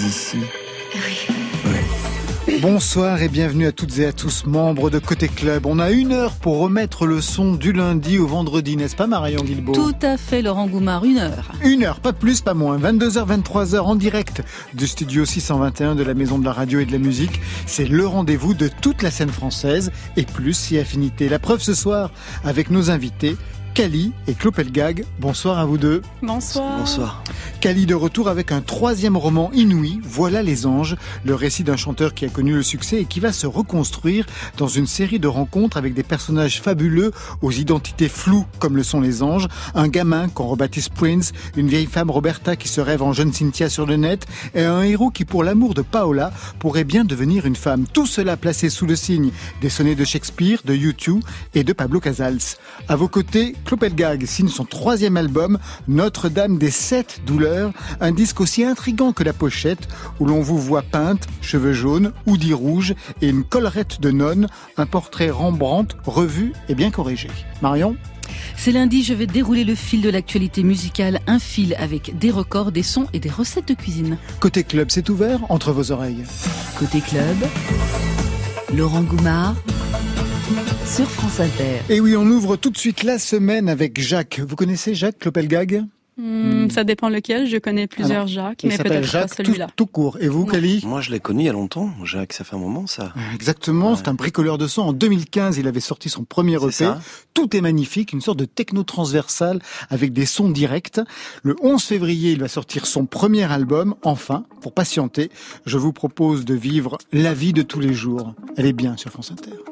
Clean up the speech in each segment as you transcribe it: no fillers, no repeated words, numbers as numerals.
ici. Oui. Bonsoir et bienvenue à toutes et à tous, membres de Côté Club. On a 1 heure pour remettre le son du lundi au vendredi, n'est-ce pas Marion Guilbault ? Tout à fait, Laurent Goumard, 1 heure. 1 heure, pas plus, pas moins. 22h, 23h en direct du studio 621 de la Maison de la Radio et de la Musique. C'est le rendez-vous de toute la scène française et plus si affinité. La preuve ce soir avec nos invités. Kali et Clopelgag, bonsoir à vous deux. Bonsoir. Bonsoir. Kali de retour avec un 3e roman inouï, Voilà les anges, le récit d'un chanteur qui a connu le succès et qui va se reconstruire dans une série de rencontres avec des personnages fabuleux aux identités floues comme le sont les anges, un gamin qu'on rebaptise Prince, une vieille femme Roberta qui se rêve en jeune Cynthia sur le net et un héros qui pour l'amour de Paola pourrait bien devenir une femme. Tout cela placé sous le signe des sonnets de Shakespeare, de U2 et de Pablo Casals. À vos côtés, Clopelgag signe son 3e album, Notre-Dame des 7 douleurs, un disque aussi intrigant que la pochette, où l'on vous voit peinte, cheveux jaunes, hoodie rouge et une collerette de nonne, un portrait Rembrandt, revu et bien corrigé. Marion ? C'est lundi, je vais dérouler le fil de l'actualité musicale, un fil avec des records, des sons et des recettes de cuisine. Côté Club, c'est ouvert entre vos oreilles. Côté Club, Laurent Goumard sur France Inter. Et oui, on ouvre tout de suite la semaine avec Jacques. Vous connaissez Jacques Clopelgag ? Ça dépend lequel, je connais plusieurs Jacques, mais peut-être Jacques, pas celui-là. Tout court. Et vous, Kali ? Moi, je l'ai connu il y a longtemps. Jacques, ça fait un moment, ça. Exactement, Ouais. c'est un bricoleur de son. En 2015, il avait sorti son premier EP. Ça. Tout est magnifique, une sorte de techno transversal avec des sons directs. Le 11 février, il va sortir son premier album. Enfin, pour patienter, je vous propose de vivre la vie de tous les jours. Elle est bien sur France Inter.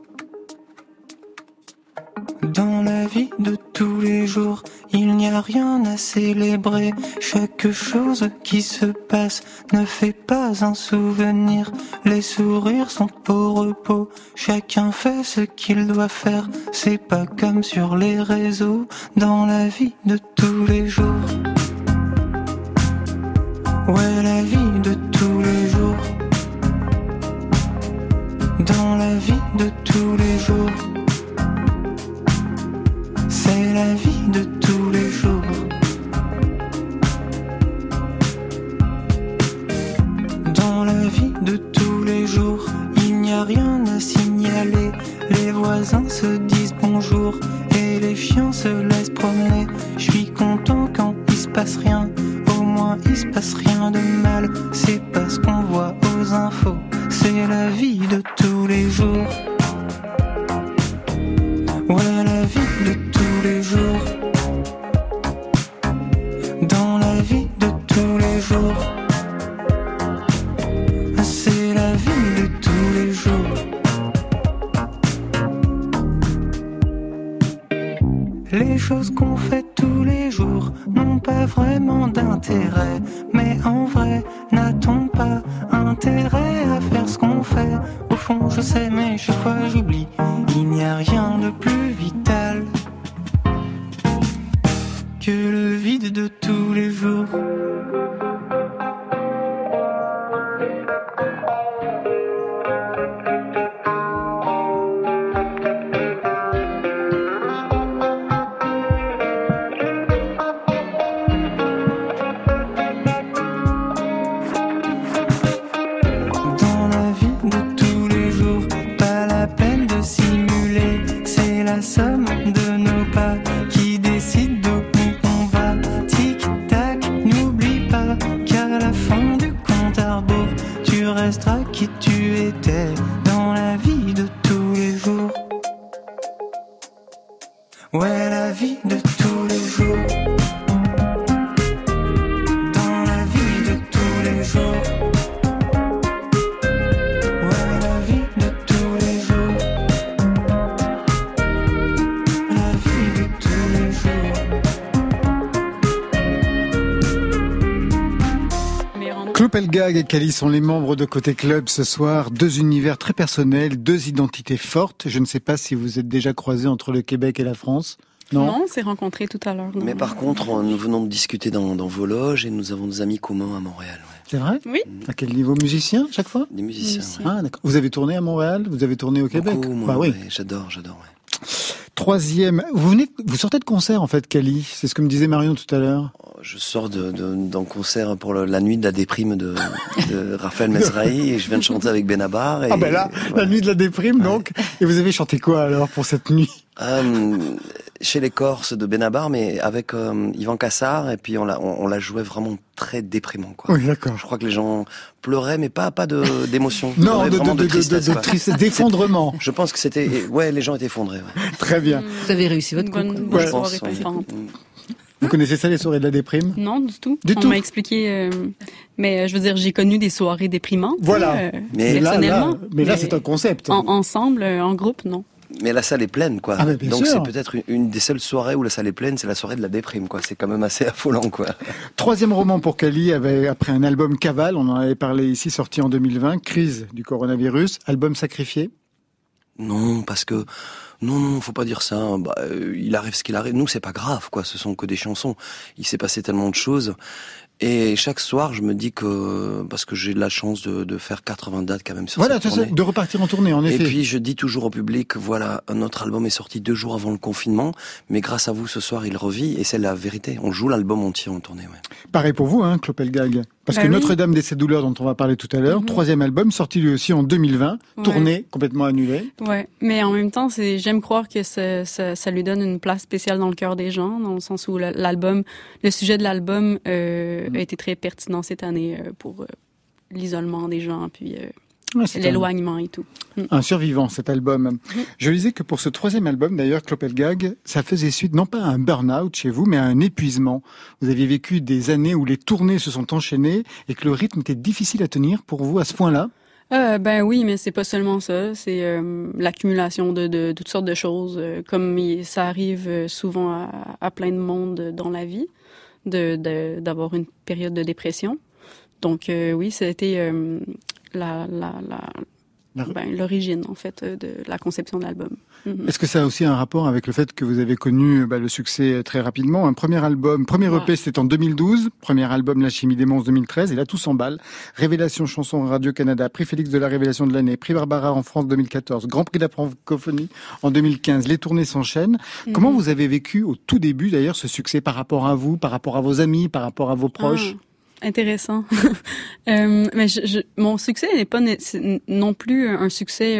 Dans la vie de tous les jours, il n'y a rien à célébrer. Chaque chose qui se passe ne fait pas un souvenir. Les sourires sont au repos, chacun fait ce qu'il doit faire. C'est pas comme sur les réseaux, dans la vie de tous les jours. Ouais, la vie de tous les jours. Dans la vie de tous les jours. C'est la vie de tous les jours. Dans la vie de tous les jours, il n'y a rien à signaler. Les voisins se disent bonjour et les chiens se laissent promener. Je suis content quand il se passe rien, au moins il se passe rien de mal. C'est pas ce qu'on voit aux infos, c'est la vie de tous les jours. Ouais, la vie de tous les jours. Dans la vie de tous les jours. C'est la vie de tous les jours. Les choses qu'on fait tous les jours n'ont pas vraiment d'intérêt. Mais en vrai, n'a-t-on pas intérêt à faire ce qu'on fait? Au fond, je sais, mais chaque fois j'oublie. Il n'y a rien de plus vital que le vide de tous les jours. Dans la vie de tous les jours, pas la peine de simuler, c'est la somme de nos pas qui décide d'où on va. Tic-tac, n'oublie pas qu'à la fin du compte à rebours, tu resteras qui tu étais dans la vie de tous les jours. Ouais, la vie de tous les jours. Dans la vie de tous les jours. Ouais, la vie de tous les jours. La vie de tous les jours. Clopelgag et Kali sont les membres de Côté Club ce soir. 2 univers très personnels, 2 identités fortes. Je ne sais pas si vous êtes déjà croisés entre le Québec et la France. Non, on s'est rencontrés tout à l'heure. non. Mais par contre, nous venons de discuter dans vos loges et nous avons des amis communs à Montréal. Ouais. C'est vrai ? Oui. À quel niveau? Musicien, chaque fois? Des musiciens. Musiciens. Ouais. Ah, d'accord. Vous avez tourné à Montréal? Vous avez tourné au Québec? Beaucoup, moi, Bah oui. ouais, j'adore. Ouais. 3e. Vous sortez de concert, en fait, Kali. C'est ce que me disait Marion tout à l'heure. Je sors d'un concert pour la nuit de la déprime de Raphaël Mesrahi et je viens de chanter avec Benabar. Et, voilà. La nuit de la déprime, donc. Et vous avez chanté quoi alors pour cette nuit? Chez les Corses de Benabar, mais avec Yvan Cassard, et puis on la jouait vraiment très déprimant, quoi. Oui, d'accord. Je crois que les gens pleuraient, mais pas d'émotion. Non, de tristesse. De tristesse, d'effondrement. Je pense que c'était, les gens étaient effondrés. Ouais. Très bien. Vous avez réussi votre coup. Bonne soirée passante. Vous connaissez ça, les soirées de la déprime? Non, du tout. On m'a expliqué, mais je veux dire, j'ai connu des soirées déprimantes. Voilà. Mais personnellement. Là, c'est un concept. Ensemble, en groupe, non. Mais la salle est pleine, quoi. Ah, bien donc sûr. c'est peut-être une des seules soirées où la salle est pleine, c'est la soirée de la déprime, quoi. C'est quand même assez affolant, quoi. Troisième roman pour Kali, après un album Cavale, on en avait parlé ici, sorti en 2020, crise du coronavirus, album sacrifié. Non, parce que non, faut pas dire ça. Il arrive ce qu'il arrive. Nous, c'est pas grave, quoi. Ce sont que des chansons. Il s'est passé tellement de choses. Et chaque soir, je me dis que, parce que j'ai de la chance de faire 80 dates quand même sur cette tournée. De repartir en tournée, en effet. Et puis, je dis toujours au public, voilà, notre album est sorti 2 jours avant le confinement, mais grâce à vous, ce soir, il revit, et c'est la vérité. On joue l'album entier en tournée, ouais. Pareil pour vous, Clopelgag. Parce que Notre-Dame des 7 douleurs, dont on va parler tout à l'heure, troisième album, sorti lui aussi en 2020, tournée complètement annulée. Ouais, mais en même temps, j'aime croire que ça lui donne une place spéciale dans le cœur des gens, dans le sens où le sujet de l'album a été très pertinent cette année pour l'isolement des gens, puis l'éloignement et tout. Un survivant, cet album. Je lisais que pour ce troisième album, d'ailleurs, Clopelgag, ça faisait suite non pas à un burn-out chez vous, mais à un épuisement. Vous aviez vécu des années où les tournées se sont enchaînées et que le rythme était difficile à tenir pour vous à ce point-là? Ben oui, mais c'est pas seulement ça. C'est l'accumulation de toutes sortes de choses, comme ça arrive souvent à plein de monde dans la vie, d'avoir une période de dépression. Donc oui, ça a été l'origine, en fait, de la conception de l'album. Est-ce que ça a aussi un rapport avec le fait que vous avez connu le succès très rapidement? Un premier EP, c'était en 2012, premier album La Chimie des Monstres 2013, et là tout s'emballe. Révélation chanson Radio-Canada, prix Félix de la Révélation de l'année, prix Barbara en France 2014, Grand Prix de la francophonie en 2015, les tournées s'enchaînent. Comment vous avez vécu au tout début d'ailleurs ce succès par rapport à vous, par rapport à vos amis, par rapport à vos proches? Intéressant. Mais mon succès n'est pas non plus un succès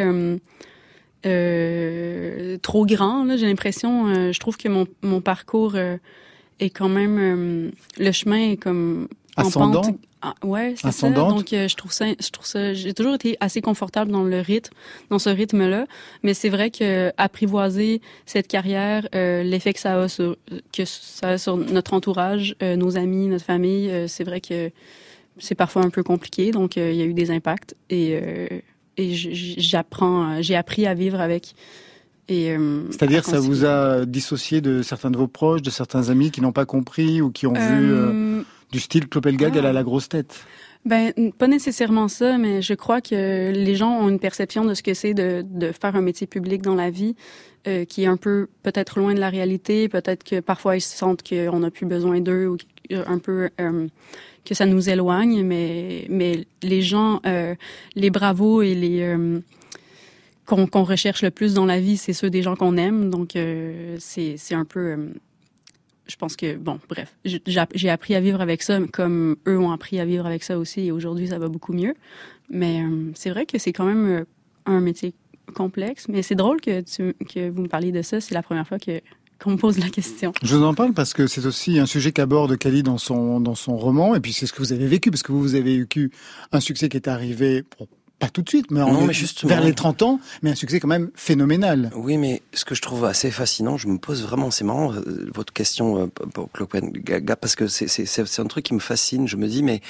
trop grand. Là, j'ai l'impression. Je trouve que mon parcours est quand même le chemin est comme ascendant. En pente. Ouais, c'est ascendante. Ça. Donc je trouve ça. J'ai toujours été assez confortable dans ce rythme-là. Mais c'est vrai que apprivoiser cette carrière, l'effet que ça a sur notre entourage, nos amis, notre famille, c'est vrai que c'est parfois un peu compliqué. Donc il y a eu des impacts et j'ai appris à vivre avec. C'est-à-dire ça vous a dissocié de certains de vos proches, de certains amis qui n'ont pas compris ou qui ont vu du style Clopelgag, elle a la grosse tête? Ben, pas nécessairement ça, mais je crois que les gens ont une perception de ce que c'est de faire un métier public dans la vie qui est un peu peut-être loin de la réalité. Peut-être que parfois ils se sentent qu'on n'a plus besoin d'eux ou un peu que ça nous éloigne. Mais les gens, les bravos et les qu'on recherche le plus dans la vie, c'est ceux des gens qu'on aime. Donc c'est un peu je pense que, bon, bref, j'ai appris à vivre avec ça, comme eux ont appris à vivre avec ça aussi, et aujourd'hui, ça va beaucoup mieux. Mais c'est vrai que c'est quand même un métier complexe, mais c'est drôle que vous me parliez de ça, c'est la première fois qu'on me pose la question. Je vous en parle parce que c'est aussi un sujet qu'aborde Kali dans son roman, et puis c'est ce que vous avez vécu, parce que vous avez vécu un succès qui est arrivé... Pas tout de suite, mais vers les 30 ans, mais un succès quand même phénoménal. Oui, mais ce que je trouve assez fascinant, je me pose vraiment, c'est marrant, votre question pour Clopelgag, parce que c'est un truc qui me fascine. Je me dis, mais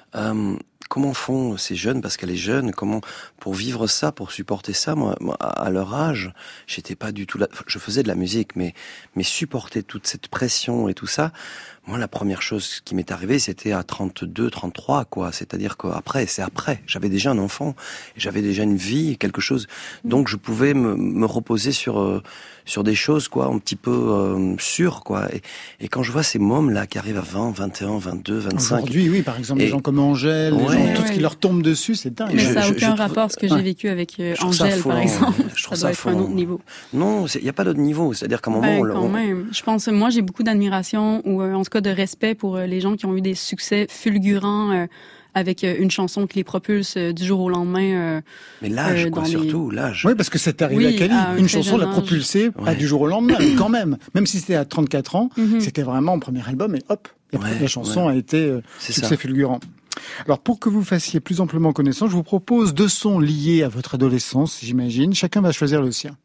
comment font ces jeunes, parce qu'elle est jeune, comment pour vivre ça, pour supporter ça, moi à leur âge, j'étais pas du tout là. Je faisais de la musique, mais supporter toute cette pression et tout ça. Moi, la première chose qui m'est arrivée, c'était à 32, 33, quoi. C'est-à-dire qu'après, j'avais déjà un enfant, j'avais déjà une vie, quelque chose. Donc, je pouvais me reposer sur des choses, quoi, un petit peu sûres, quoi. Et quand je vois ces mômes là qui arrivent à 20, 21, 22, 25. Aujourd'hui, oui, par exemple, des gens comme Angèle, des gens tout ce qui leur tombe dessus, c'est dingue. Mais ça n'a aucun rapport, ce que j'ai vécu avec Angèle, par exemple. Ça doit être un autre niveau. Non, il n'y a pas d'autre niveau. C'est-à-dire qu'à un moment... quand même. Je pense, moi, j'ai beaucoup d'admiration ou en tout cas de respect pour les gens qui ont eu des succès fulgurants avec une chanson qui les propulse du jour au lendemain. Mais l'âge, surtout, l'âge. Oui, parce que c'est arrivé à Cali. Une chanson l'a propulsée pas du jour au lendemain, mais quand même. Même si c'était à 34 ans, c'était vraiment le premier album et hop, la chanson a été succès fulgurant. Alors, pour que vous fassiez plus amplement connaissance, je vous propose 2 sons liés à votre adolescence, j'imagine. Chacun va choisir le sien.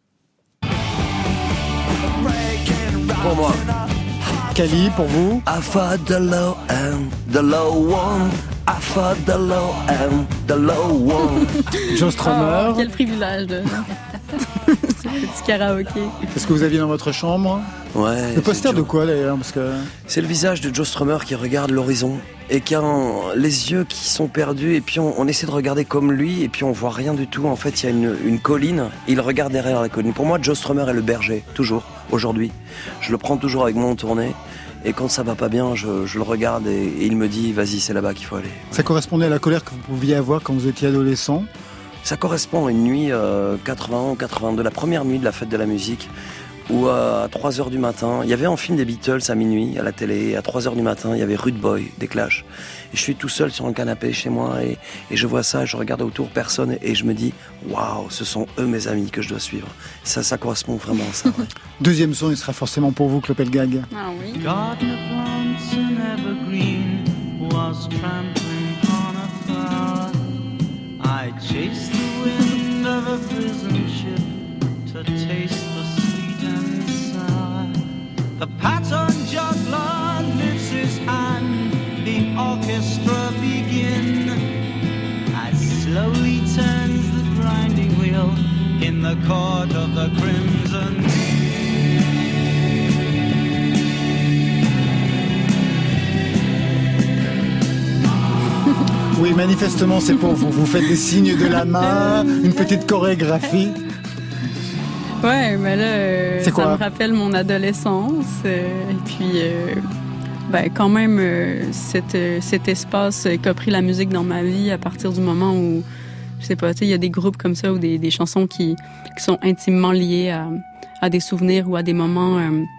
Pour moi. Cali, pour vous? I fought the low and the low one. I fought the low and the low one. Joe Strummer. Oh, quel privilège de... ce petit karaoké. Qu'est-ce que vous aviez dans votre chambre? Ouais. Le poster de quoi d'ailleurs? Parce que... C'est le visage de Joe Strummer qui regarde l'horizon et qui a les yeux qui sont perdus et puis on essaie de regarder comme lui et puis on voit rien du tout. En fait, il y a une colline. Il regarde derrière la colline. Pour moi, Joe Strummer est le berger, toujours, aujourd'hui. Je le prends toujours avec moi en tournée. Et quand ça va pas bien, je le regarde et il me dit « Vas-y, c'est là-bas qu'il faut aller ». Ça correspondait à la colère que vous pouviez avoir quand vous étiez adolescent? Ça correspond à une nuit 80 ou 82, la première nuit de la fête de la musique, où à 3h du matin, il y avait un film des Beatles à minuit à la télé, à 3h du matin, il y avait Rude Boy, des Clash. Et je suis tout seul sur un canapé chez moi et je vois ça, je regarde autour, personne, et je me dis « Waouh, ce sont eux mes amis que je dois suivre ». Ça correspond vraiment à ça. Ouais. Deuxième son, il sera forcément pour vous, Clopelgag. Ah oui. Garden plants and evergreen was trampling on a flower. I chased the wind of a prison ship to taste the sweet and sour. The pattern juggler lifts his hand, the orchestra begin. As slowly turns the grinding wheel in the court of the crimson. Oui, manifestement, c'est pour vous. Vous faites des signes de la main, une petite chorégraphie. Ouais, mais là, ça me rappelle mon adolescence. Et puis, quand même, cet espace qu'a pris la musique dans ma vie à partir du moment où, je sais pas, tu sais, il y a des groupes comme ça ou des chansons qui sont intimement liées à des souvenirs ou à des moments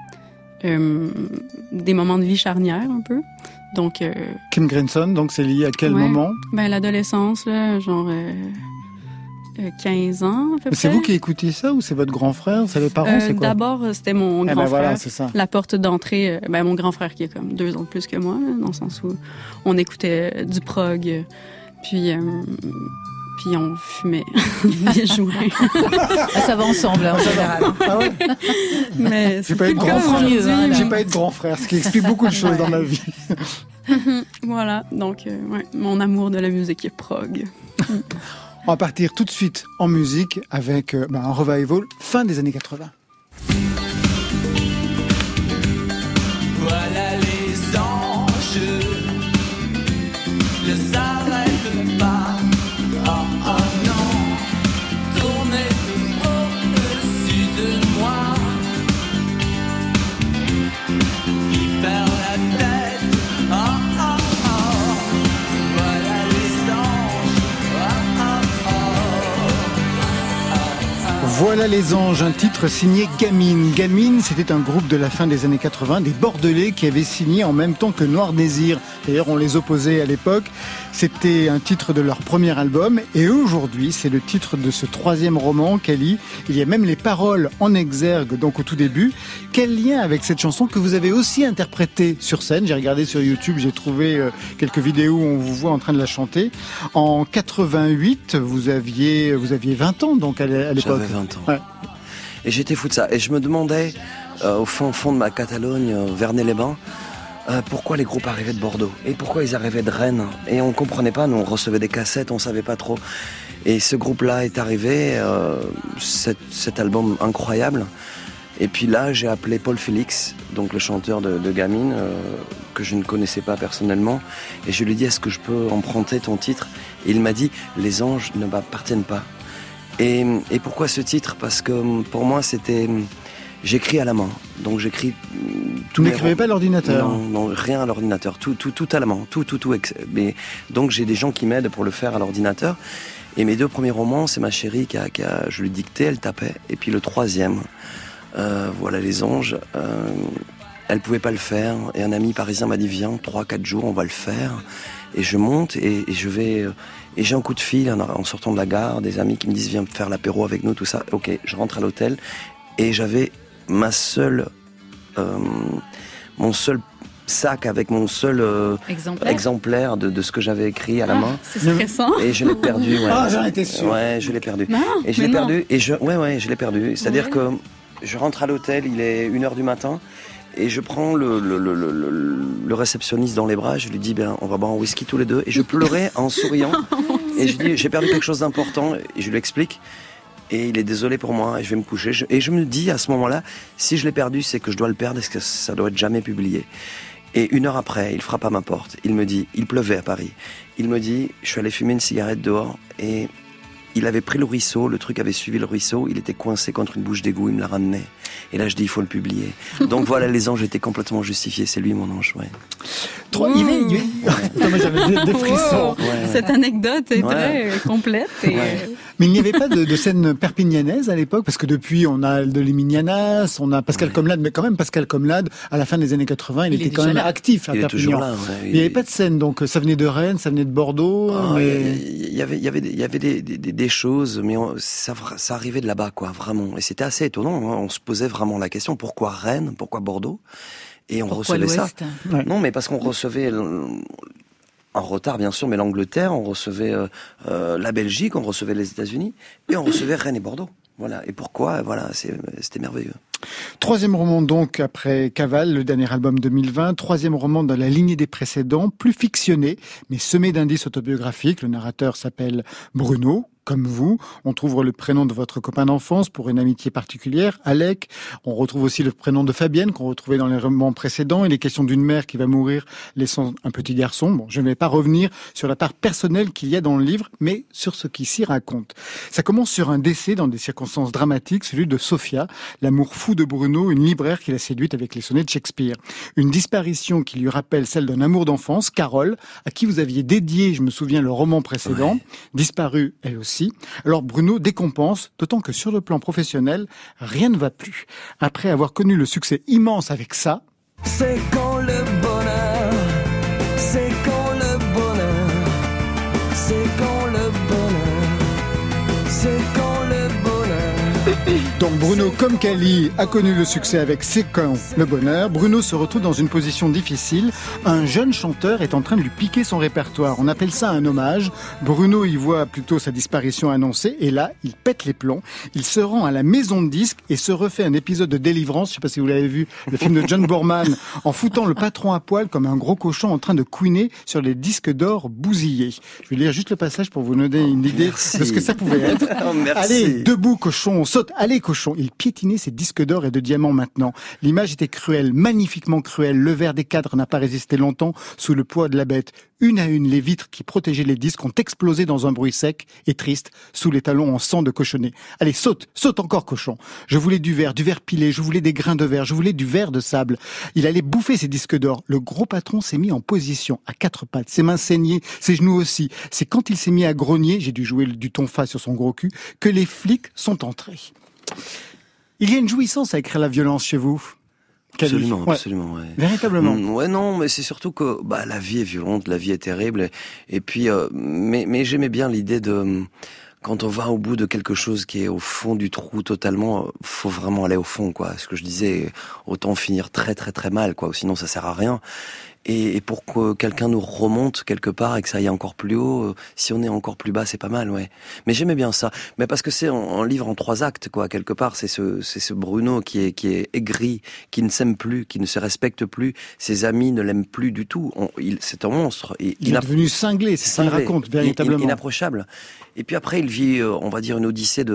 de vie charnières un peu. Donc, Kim Grinson, donc c'est lié à quel moment? L'adolescence, là, genre 15 ans à peu près. C'est vous qui écoutiez ça ou c'est votre grand frère? C'est les parents? C'est quoi? D'abord, c'était mon grand frère. Voilà, c'est ça. La porte d'entrée, mon grand frère qui est comme 2 ans de plus que moi, là, dans le sens où on écoutait du prog, puis on fumait des joints. Ça va ensemble, en général. Ah ouais? Mais j'ai pas eu de grand frère. J'ai pas eu de grand frère, ce qui explique beaucoup de choses dans ma vie. Voilà, donc mon amour de la musique est prog. On va partir tout de suite en musique avec un revival fin des années 80. Voilà les anges, ne s'arrête pas. Voilà les anges, un titre signé Gamine. Gamine, c'était un groupe de la fin des années 80, des Bordelais qui avaient signé en même temps que Noir Désir. D'ailleurs, on les opposait à l'époque. C'était un titre de leur premier album. Et aujourd'hui, c'est le titre de ce 3e roman, Cali. Il y a même les paroles en exergue, donc au tout début. Quel lien avec cette chanson que vous avez aussi interprétée sur scène? J'ai regardé sur YouTube, j'ai trouvé quelques vidéos où on vous voit en train de la chanter. En 88, vous aviez 20 ans, donc à l'époque. J'avais 20 ans. Ouais. Et j'étais fou de ça. Et je me demandais, au fond de ma Catalogne, Vernet-les-Bains, pourquoi les groupes arrivaient de Bordeaux et pourquoi ils arrivaient de Rennes. Et on comprenait pas, nous on recevait des cassettes, on savait pas trop. Et ce groupe-là est arrivé, cet album incroyable. Et puis là, j'ai appelé Paul Félix, donc le chanteur de Gamine, que je ne connaissais pas personnellement. Et je lui ai dit, est-ce que je peux emprunter ton titre? Et il m'a dit, les anges ne m'appartiennent pas. Et pourquoi ce titre? Parce que pour moi, c'était J'écris à la main, donc j'écris. Vous n'écrivez pas à l'ordinateur? Non, rien à l'ordinateur, tout à la main, tout. Mais donc j'ai des gens qui m'aident pour le faire à l'ordinateur. Et mes 2 premiers romans, c'est ma chérie qui a je lui dictais, elle tapait. Et puis le 3e, voilà les anges. Elle pouvait pas le faire, et un ami parisien m'a dit viens, 3-4 jours, on va le faire. Et je monte et je vais. Et j'ai un coup de fil en sortant de la gare, des amis qui me disent viens faire l'apéro avec nous, tout ça. Ok, je rentre à l'hôtel et j'avais mon seul sac avec mon seul exemplaire de ce que j'avais écrit à la main. C'est stressant. Et je l'ai perdu. Ouais. Ah, j'en étais sûr. Ouais, je l'ai perdu. Non, et je l'ai mais perdu. Et je l'ai perdu. C'est-à-dire que je rentre à l'hôtel, il est 1h du matin. Et je prends le réceptionniste dans les bras, je lui dis on va boire un whisky tous les deux, et je pleurais en souriant, et je dis j'ai perdu quelque chose d'important, et je lui explique, et il est désolé pour moi, et je vais me coucher, et je me dis à ce moment-là, si je l'ai perdu, c'est que je dois le perdre, est-ce que ça doit être jamais publié. Et 1 heure après, il frappe à ma porte, il me dit, il pleuvait à Paris, il me dit, je suis allé fumer une cigarette dehors, et il avait pris le ruisseau, le truc avait suivi le ruisseau, il était coincé contre une bouche d'égout, il me l'a ramené. Et là, je dis, il faut le publier. Donc voilà, les anges étaient complètement justifiés. C'est lui, mon ange, ouais. J'avais des frissons. Ouais. Cette anecdote est très complète. Et... Ouais. Mais il n'y avait pas de scène perpignanaise à l'époque, parce que depuis, on a de Liminianas, on a Pascal Comlade, mais quand même, Pascal Comlade, à la fin des années 80, il était quand même actif à Perpignan. Toujours là, il n'y avait pas de scène, donc ça venait de Rennes, ça venait de Bordeaux. Il y avait des choses, mais ça arrivait de là-bas, quoi, vraiment. Et c'était assez étonnant. Hein. On se posait vraiment la question, pourquoi Rennes, pourquoi Bordeaux? Et on recevait ça. Ouais. Non, mais parce qu'on recevait en retard, bien sûr, mais l'Angleterre, on recevait la Belgique, on recevait les États-Unis, et on recevait Rennes et Bordeaux. Voilà. Et pourquoi? Voilà, c'était merveilleux. 3e roman donc après Cavale, le dernier album 2020. 3e roman dans la lignée des précédents, plus fictionné, mais semé d'indices autobiographiques. Le narrateur s'appelle Bruno. Comme vous, on trouve le prénom de votre copain d'enfance pour une amitié particulière, Alec. On retrouve aussi le prénom de Fabienne qu'on retrouvait dans les romans précédents. Il est question d'une mère qui va mourir laissant un petit garçon. Bon, je ne vais pas revenir sur la part personnelle qu'il y a dans le livre, mais sur ce qui s'y raconte. Ça commence sur un décès dans des circonstances dramatiques, celui de Sophia, l'amour fou de Bruno, une libraire qui l'a séduite avec les sonnets de Shakespeare. Une disparition qui lui rappelle celle d'un amour d'enfance, Carole, à qui vous aviez dédié, je me souviens, le roman précédent, disparue elle aussi. Alors Bruno décompense, d'autant que sur le plan professionnel, rien ne va plus. Après avoir connu le succès immense avec ça... C'est quand le bonheur, c'est quand le bonheur, c'est quand le bonheur, c'est quand le bonheur. Donc Bruno, comme Cali, a connu le succès avec C'est quand le bonheur. Bruno se retrouve dans une position difficile. Un jeune chanteur est en train de lui piquer son répertoire. On appelle ça un hommage. Bruno y voit plutôt sa disparition annoncée. Et là, il pète les plombs. Il se rend à la maison de disques et se refait un épisode de Délivrance. Je sais pas si vous l'avez vu, le film de John Boorman, en foutant le patron à poil comme un gros cochon en train de couiner sur les disques d'or bousillés. Je vais lire juste le passage pour vous donner une idée de ce que ça pouvait être. Allez, debout cochon, saute. Allez cochon. Il piétinait ses disques d'or et de diamants maintenant. L'image était cruelle, magnifiquement cruelle. Le verre des cadres n'a pas résisté longtemps sous le poids de la bête. Une à une, les vitres qui protégeaient les disques ont explosé dans un bruit sec et triste sous les talons en sang de cochonnet. Allez, saute, saute encore cochon. Je voulais du verre pilé, je voulais des grains de verre, je voulais du verre de sable. Il allait bouffer ses disques d'or. Le gros patron s'est mis en position, à 4 pattes, ses mains saignées, ses genoux aussi. C'est quand il s'est mis à grogner, j'ai dû jouer du tonfa sur son gros cul, que les flics sont entrés. Il y a une jouissance à écrire la violence chez vous. Absolument, absolument, ouais. Véritablement. Ouais, non, mais c'est surtout que la vie est violente, la vie est terrible, et puis mais j'aimais bien l'idée de quand on va au bout de quelque chose qui est au fond du trou totalement, faut vraiment aller au fond, quoi. Ce que je disais, autant finir très très très mal, quoi, sinon ça sert à rien. Et pour que quelqu'un nous remonte quelque part et que ça aille encore plus haut, si on est encore plus bas, c'est pas mal, ouais. Mais j'aimais bien ça. Mais parce que c'est un livre en 3 actes, quoi, quelque part. C'est ce Bruno qui est aigri, qui ne s'aime plus, qui ne se respecte plus. Ses amis ne l'aiment plus du tout. C'est un monstre. Il est devenu cinglé, c'est ça qu'il raconte, véritablement. Inapprochable. Et puis après, il vit, on va dire, une odyssée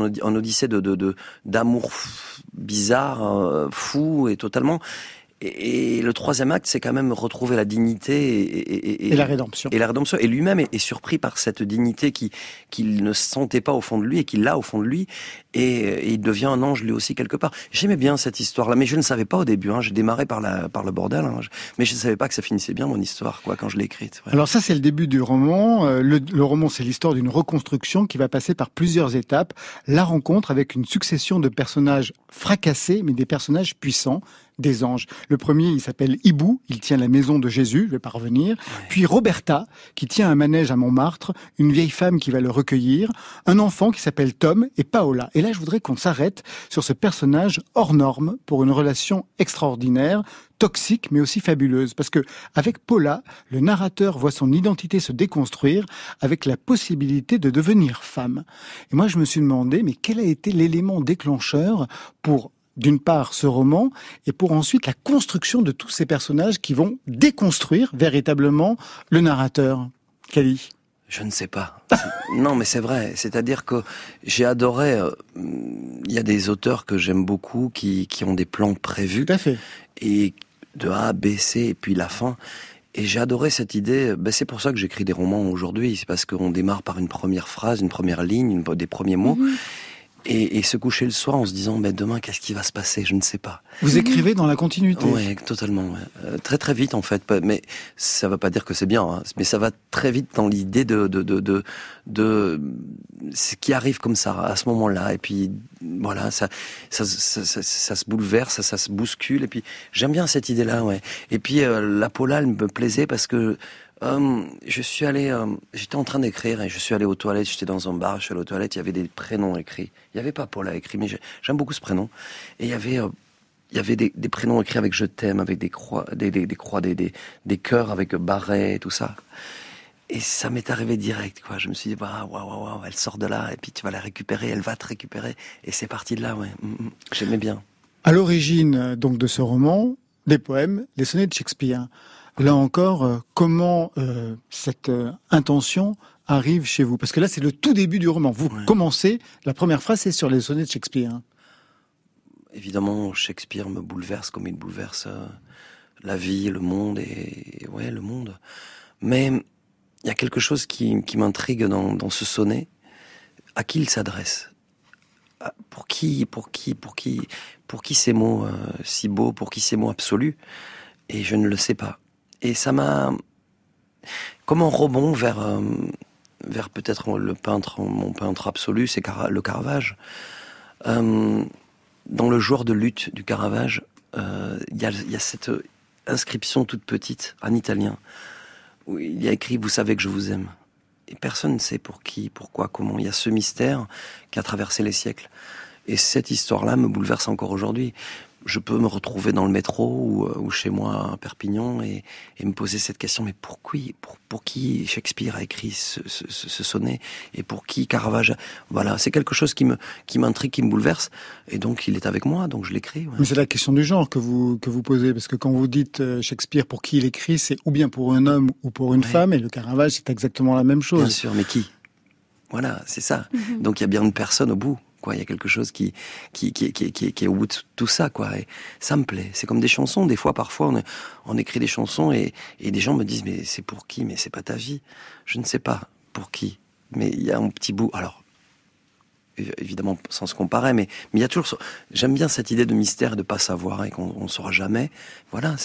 d'amour bizarre, fou et totalement. Et le 3e acte, c'est quand même retrouver la dignité et la rédemption. Et la rédemption. Et lui-même est surpris par cette dignité qu'il ne sentait pas au fond de lui et qu'il a au fond de lui. et il devient un ange lui aussi quelque part. J'aimais bien cette histoire-là, mais je ne savais pas au début. J'ai démarré par le bordel, mais je ne savais pas que ça finissait bien mon histoire, quand je l'ai écrite. Ouais. Alors ça, c'est le début du roman. Le roman, c'est l'histoire d'une reconstruction qui va passer par plusieurs étapes. La rencontre avec une succession de personnages fracassés, mais des personnages puissants, des anges. Le premier, il s'appelle Hibou, il tient la maison de Jésus, je vais pas revenir. Ouais. Puis Roberta, qui tient un manège à Montmartre, une vieille femme qui va le recueillir, un enfant qui s'appelle Tom et Paola. Et là, je voudrais qu'on s'arrête sur ce personnage hors norme pour une relation extraordinaire, toxique mais aussi fabuleuse, parce que avec Paula, le narrateur voit son identité se déconstruire avec la possibilité de devenir femme. Et moi, je me suis demandé, mais quel a été l'élément déclencheur pour d'une part ce roman, et pour ensuite la construction de tous ces personnages qui vont déconstruire véritablement le narrateur. Kali ? Je ne sais pas. Non, mais c'est vrai. C'est-à-dire que j'ai adoré... Il y a des auteurs que j'aime beaucoup qui ont des plans prévus. Tout à fait. Et de A, B, C, et puis la fin. Et j'ai adoré cette idée. C'est pour ça que j'écris des romans aujourd'hui. C'est parce qu'on démarre par une première phrase, une première ligne, des premiers mots. Mmh. Et se coucher le soir en se disant demain qu'est-ce qui va se passer, je ne sais pas. Vous écrivez dans la continuité. Oui, totalement. Ouais. Très très vite en fait, mais ça va pas dire que c'est bien, mais ça va très vite dans l'idée de ce qui arrive comme ça à ce moment-là. Et puis voilà, ça se bouleverse, ça se bouscule. Et puis j'aime bien cette idée-là, ouais. Et puis la Paula, elle me plaisait parce que j'étais en train d'écrire et je suis allé aux toilettes, j'étais dans un bar, je suis allé aux toilettes, il y avait des prénoms écrits. Il n'y avait pas Paula écrit, mais j'aime beaucoup ce prénom. Et il y avait des prénoms écrits avec je t'aime, avec des croix, des cœurs avec barret et tout ça. Et ça m'est arrivé direct, quoi. Je me suis dit, waouh, elle sort de là, et puis tu vas la récupérer, elle va te récupérer. Et c'est parti de là, ouais. J'aimais bien. À l'origine, donc, de ce roman, des poèmes, les sonnets de Shakespeare. Là encore, comment cette intention arrive chez vous ? Parce que là, c'est le tout début du roman. Vous commencez, la première phrase, c'est sur les sonnets de Shakespeare. Évidemment, Shakespeare me bouleverse comme il bouleverse la vie, le monde, le monde. Mais il y a quelque chose qui m'intrigue dans ce sonnet. À qui il s'adresse ? Pour qui ces mots si beaux ? Pour qui ces mots absolus ? Et je ne le sais pas. Et ça m'a, comme un rebond vers peut-être mon peintre absolu, c'est le Caravage. Dans le joueur de luth du Caravage, il y a cette inscription toute petite en italien où il y a écrit « Vous savez que je vous aime ». Et personne ne sait pour qui, pourquoi, comment. Il y a ce mystère qui a traversé les siècles. Et cette histoire-là me bouleverse encore aujourd'hui. Je peux me retrouver dans le métro ou chez moi à Perpignan et me poser cette question, mais pour qui Shakespeare a écrit ce sonnet et pour qui Caravage? Voilà, c'est quelque chose qui m'intrigue, qui me bouleverse, et donc il est avec moi, donc je l'écris. Ouais. Mais c'est la question du genre que vous posez, parce que quand vous dites Shakespeare, pour qui il écrit, c'est ou bien pour un homme ou pour une femme, et le Caravage, c'est exactement la même chose. Bien sûr, mais qui? Voilà, c'est ça. Mm-hmm. Donc il y a bien une personne au bout. Il y a quelque chose qui est au bout de tout ça, quoi. Et ça me plaît. C'est comme des chansons. Des fois, parfois, on écrit des chansons et des gens me disent, mais c'est pour qui? Mais c'est pas ta vie. Je ne sais pas pour qui. Mais il y a un petit bout. Alors, évidemment, sans se comparer, mais il y a toujours. J'aime bien cette idée de mystère et de pas savoir et qu'on ne saura jamais. Voilà,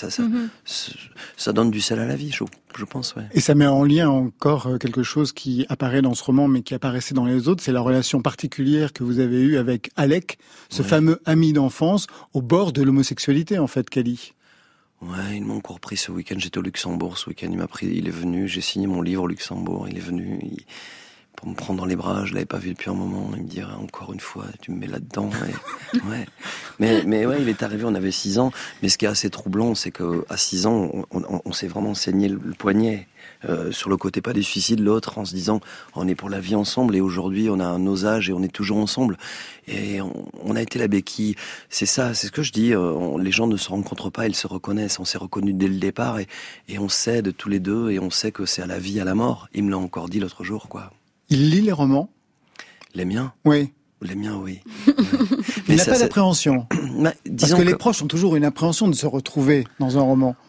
ça donne du sel à la vie, je pense. Ouais. Et ça met en lien encore quelque chose qui apparaît dans ce roman, mais qui apparaissait dans les autres. C'est la relation particulière que vous avez eue avec Alec, ce fameux ami d'enfance, au bord de l'homosexualité, en fait, Kali. Ouais, ils m'ont encore pris ce week-end. J'étais au Luxembourg ce week-end. Il est venu. J'ai signé mon livre au Luxembourg. Il est venu. Pour me prendre dans les bras, je l'avais pas vu depuis un moment. Il me dirait encore une fois, tu me mets là-dedans. Et, ouais. Mais ouais, il est arrivé, on avait 6 ans. Mais ce qui est assez troublant, c'est que à 6 ans, on s'est vraiment saigné le poignet sur le côté pas des suicides, l'autre, en se disant, on est pour la vie ensemble. Et aujourd'hui, on a nos âges et on est toujours ensemble. Et on a été la béquille. C'est ça, c'est ce que je dis. Les gens ne se rencontrent pas, ils se reconnaissent. On s'est reconnus dès le départ et on s'aide tous les deux et on sait que c'est à la vie, à la mort. Il me l'a encore dit l'autre jour, quoi. Il lit les romans? Les miens? Oui. Les miens, oui. Mais il n'a pas d'appréhension. Parce que les proches ont toujours une appréhension de se retrouver dans un roman.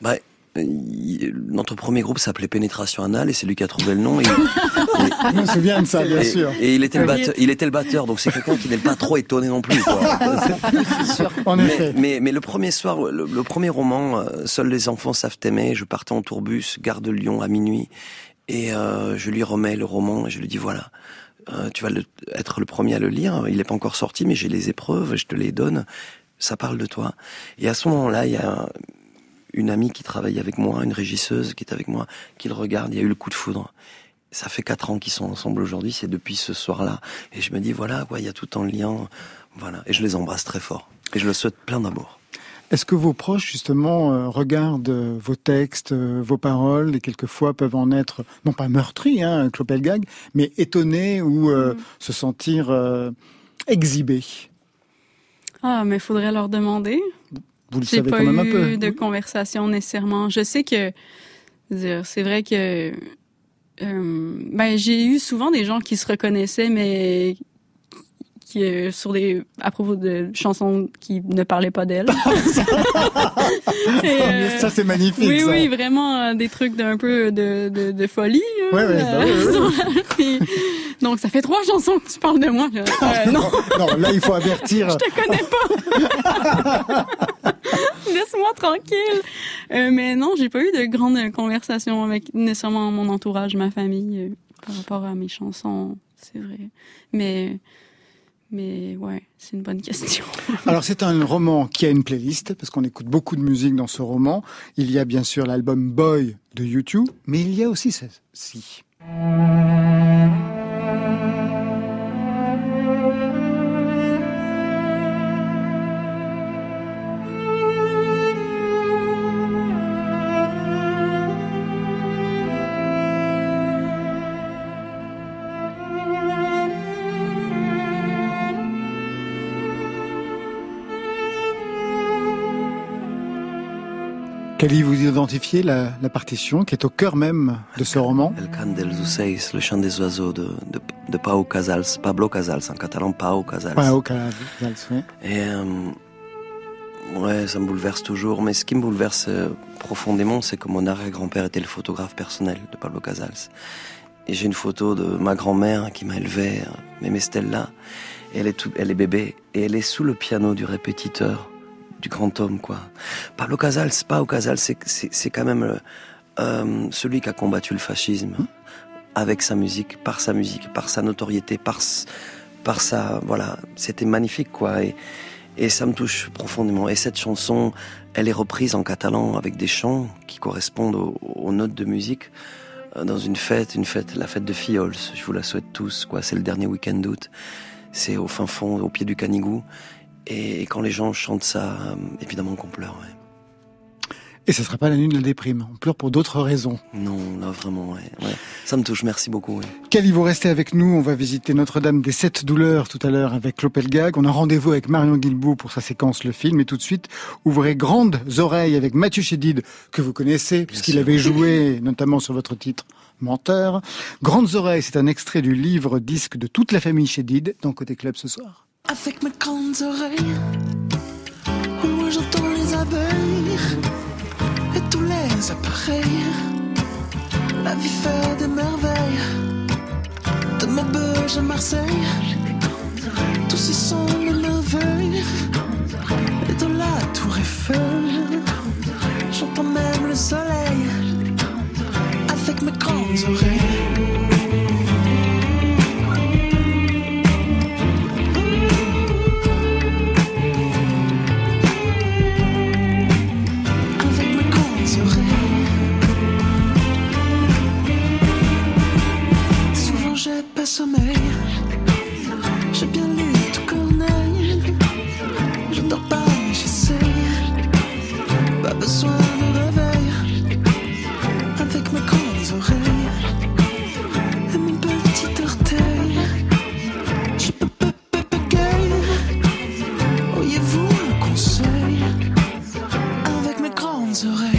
notre premier groupe s'appelait Pénétration Anale et c'est lui qui a trouvé le nom. Je me souviens de ça, bien sûr. Et il était le batteur, donc c'est quelqu'un qui n'est pas trop étonné non plus, quoi. C'est sûr. En effet. Mais le premier soir, le premier roman, Seuls les enfants savent aimer, je partais en tourbus, gare de Lyon à minuit, et je lui remets le roman et je lui dis voilà, tu vas être le premier à le lire, il n'est pas encore sorti, mais j'ai les épreuves, je te les donne, ça parle de toi. Et à ce moment-là, il y a une amie qui travaille avec moi, une régisseuse qui est avec moi, qui le regarde, il y a eu le coup de foudre. Ça fait 4 ans qu'ils sont ensemble aujourd'hui, c'est depuis ce soir-là. Et je me dis, voilà, il y a tout en lien. Voilà. Et je les embrasse très fort. Et je leur souhaite plein d'amour. Est-ce que vos proches, justement, regardent vos textes, vos paroles, et quelquefois peuvent en être, non pas meurtris, Clopelgag, mais étonnés ou se sentir exhibés? Ah, mais il faudrait leur demander. Vous le savez quand même un peu. J'ai pas eu de conversation nécessairement. Je sais que, c'est vrai que, j'ai eu souvent des gens qui se reconnaissaient, mais qui à propos de chansons qui ne parlaient pas d'elles. Ça c'est magnifique. Oui, ça. oui, vraiment des trucs d'un peu de folie. Oui. Donc ça fait 3 chansons que tu parles de moi. Non, là il faut avertir. Je te connais pas. Laisse-moi tranquille. Mais non, j'ai pas eu de grandes conversations avec nécessairement mon entourage, ma famille, par rapport à mes chansons, c'est vrai. Mais ouais, c'est une bonne question. Alors c'est un roman qui a une playlist, parce qu'on écoute beaucoup de musique dans ce roman. Il y a bien sûr l'album Boy de U2, mais il y a aussi celle-ci. Kelly, vous identifiez la partition qui est au cœur même de ce roman? El Cant dels Ocells, le chant des oiseaux de Pau Casals, Pablo Casals, en catalan Pau Casals. Pau Casals, oui. Et ouais, ça me bouleverse toujours, mais ce qui me bouleverse profondément, c'est que mon arrière-grand-père était le photographe personnel de Pablo Casals. Et j'ai une photo de ma grand-mère qui m'a élevé, Mémé Stella, et elle est bébé, et elle est sous le piano du répétiteur, du grand homme, quoi. Pablo Casals, c'est quand même celui qui a combattu le fascisme avec sa musique, par sa notoriété, par sa, voilà, c'était magnifique, quoi. Et ça me touche profondément. Et cette chanson, elle est reprise en catalan avec des chants qui correspondent aux notes de musique dans une fête, la fête de Fiols. Je vous la souhaite tous, quoi. C'est le dernier week-end d'août. C'est au fin fond, au pied du Canigou. Et quand les gens chantent ça, évidemment qu'on pleure, ouais. Et ce ne sera pas la nuit de la déprime. On pleure pour d'autres raisons. Non, là, vraiment, ouais. Ça me touche, merci beaucoup, ouais. Kelly, vous restez avec nous. On va visiter Notre-Dame des 7 douleurs tout à l'heure avec Clopelgag. On a rendez-vous avec Marion Guilbault pour sa séquence Le Film. Et tout de suite, ouvrez grandes oreilles avec Mathieu Chédid, que vous connaissez, puisqu'il avait joué notamment sur votre titre Menteur. Grandes oreilles, c'est un extrait du livre disque de toute la famille Chédid dans Côté Club ce soir. Avec mes grandes oreilles, au loin j'entends les abeilles et tous les appareils. La vie fait des merveilles, de Maubeuge à Marseille. Tous y sont les merveilles, et dans la tour Eiffel, j'entends même le soleil. Avec mes grandes oreilles. J'ai pas sommeil, j'ai bien lu tout Corneille. Je dors pas mais j'essaye, pas besoin de réveil. Avec mes grandes oreilles et mon petit orteil, je peux bégayer. Auriez-vous un conseil? Avec mes grandes oreilles.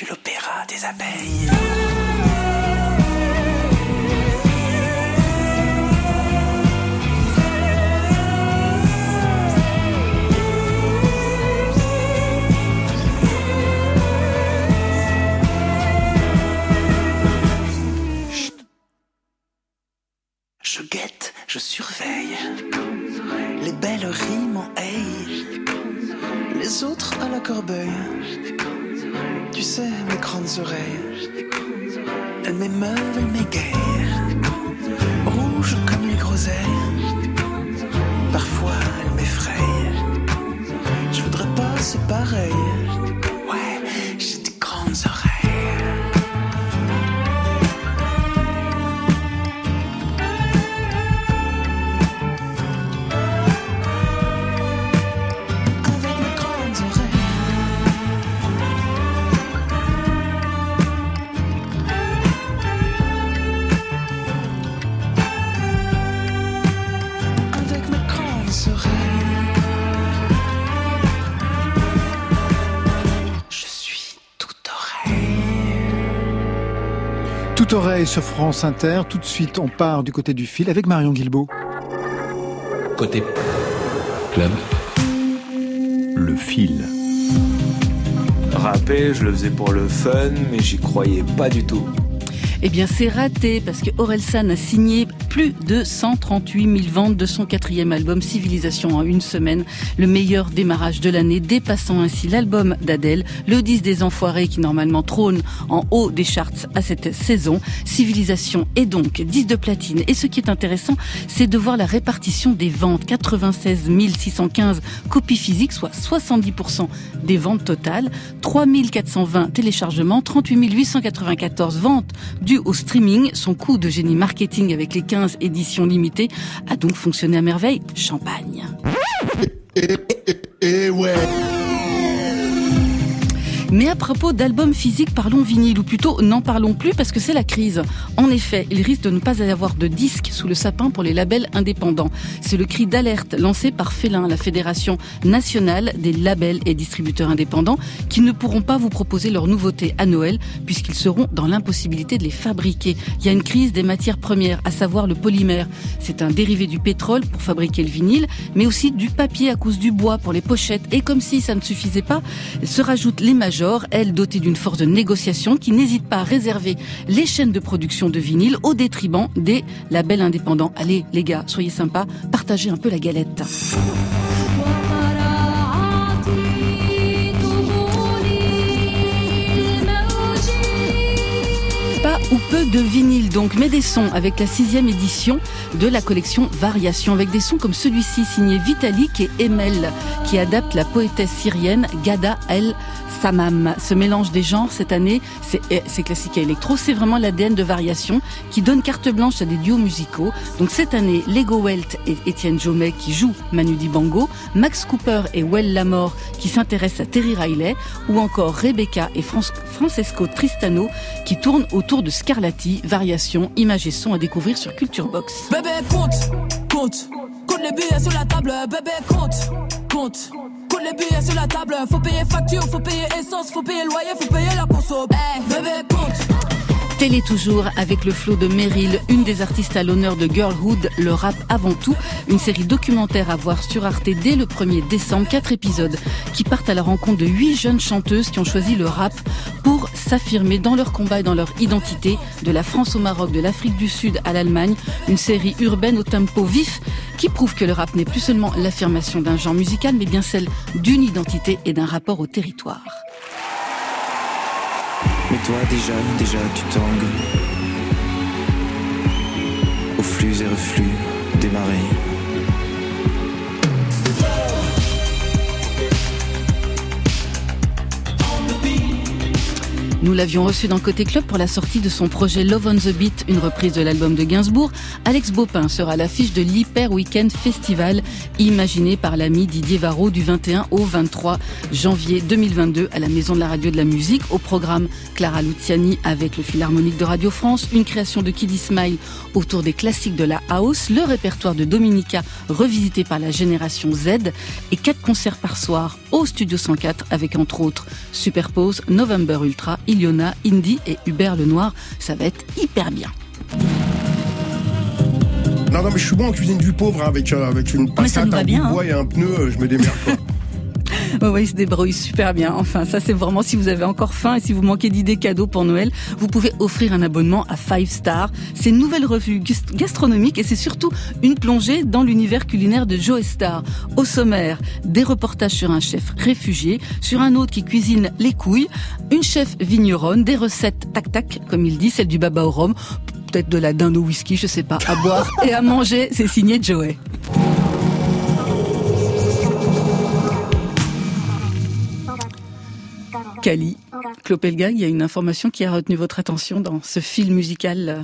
L'opéra des abeilles. je surveille. Les belles rimes en haie, les autres à la corbeille. Tu sais, mes grandes oreilles, elles m'émeuvent, elles m'égayent. Rouges comme les groseilles, parfois elles m'effrayent. Je voudrais pas, c'est pareil. Ouais, j'ai des grandes oreilles. Toute oreille sur France Inter. Tout de suite, on part du côté du fil avec Marion Guilbault. Côté club, le fil. Rapper, je le faisais pour le fun, mais j'y croyais pas du tout. Eh bien, c'est raté parce que Orelsan a signé plus de 138 000 ventes de son 4e album Civilisation en une semaine, le meilleur démarrage de l'année, dépassant ainsi l'album d'Adèle, le 10 des Enfoirés qui normalement trône en haut des charts à cette saison. Civilisation est donc 10 de platine. Et ce qui est intéressant, c'est de voir la répartition des ventes. 96 615 copies physiques, soit 70% des ventes totales, 3 420 téléchargements, 38 894 ventes dues au streaming. Son coup de génie marketing avec les 15 éditions limitées a donc fonctionné à merveille. Champagne. Et ouais. Mais à propos d'albums physiques, parlons vinyle, ou plutôt n'en parlons plus parce que c'est la crise. En effet, il risque de ne pas y avoir de disques sous le sapin pour les labels indépendants. C'est le cri d'alerte lancé par Félin, la Fédération nationale des labels et distributeurs indépendants, qui ne pourront pas vous proposer leurs nouveautés à Noël puisqu'ils seront dans l'impossibilité de les fabriquer. Il y a une crise des matières premières, à savoir le polymère. C'est un dérivé du pétrole pour fabriquer le vinyle, mais aussi du papier à cause du bois pour les pochettes. Et comme si ça ne suffisait pas, se rajoutent les majors, elles dotées d'une force de négociation qui n'hésite pas à réserver les chaînes de production de vinyle au détriment des labels indépendants. Allez les gars, soyez sympas, partagez un peu la galette. Pas ou peu de vinyle donc, mais des sons avec la 6e édition de la collection Variations, avec des sons comme celui-ci signé Vitalik et Emel, qui adapte la poétesse syrienne Ghada El Samam. Ce mélange des genres cette année, c'est classique et électro, c'est vraiment l'ADN de Variations qui donne carte blanche à des duos musicaux. Donc cette année, Lego Welt et Étienne Jomet qui jouent Manu Dibango, Max Cooper et Well Lamore qui s'intéressent à Terry Riley, ou encore Rebecca et Francesco Tristano qui tournent autour de Scarlatti. Variations, images et sons à découvrir sur Culture Box. Bébé, compte les billets sur la table, bébé, compte les billets sur la table, faut payer facture, faut payer essence, faut payer loyer, faut payer la conso. Hey, bébé, compte. Télé toujours avec le flot de Meryl, une des artistes à l'honneur de Girlhood, le rap avant tout, une série documentaire à voir sur Arte dès le 1er décembre, 4 épisodes qui partent à la rencontre de 8 jeunes chanteuses qui ont choisi le rap pour s'affirmer dans leur combat et dans leur identité, de la France au Maroc, de l'Afrique du Sud à l'Allemagne, une série urbaine au tempo vif qui prouve que le rap n'est plus seulement l'affirmation d'un genre musical, mais bien celle d'une identité et d'un rapport au territoire. Mais toi déjà tu tangues au flux et reflux des marées. Nous l'avions reçu dans Côté Club pour la sortie de son projet Love on the Beat, une reprise de l'album de Gainsbourg. Alex Baupin sera à l'affiche de l'Hyper Weekend Festival, imaginé par l'ami Didier Varro du 21 au 23 janvier 2022 à la Maison de la Radio de la Musique. Au programme, Clara Luciani avec le Philharmonique de Radio France, une création de Kid Ismail autour des classiques de la house, le répertoire de Dominica revisité par la génération Z et 4 concerts par soir au Studio 104 avec entre autres Superpose, November Ultra, Iliona, Indy et Hubert Lenoir. Ça va être hyper bien. Non, mais je suis bon en cuisine du pauvre avec une patate, un bout de bois et un pneu, je me démerde quoi. Ouais, il se débrouille super bien. Enfin, ça c'est vraiment si vous avez encore faim et si vous manquez d'idées cadeaux pour Noël, vous pouvez offrir un abonnement à 5 Star. C'est une nouvelle revue gastronomique et c'est surtout une plongée dans l'univers culinaire de Joe Star. Au sommaire, des reportages sur un chef réfugié, sur un autre qui cuisine les couilles, une chef vigneronne, des recettes tac-tac, comme il dit, celle du baba au rhum, peut-être de la dinde au whisky, je sais pas, à boire et à manger, c'est signé Joey. Cali, Clopelgag, il y a une information qui a retenu votre attention dans ce film musical.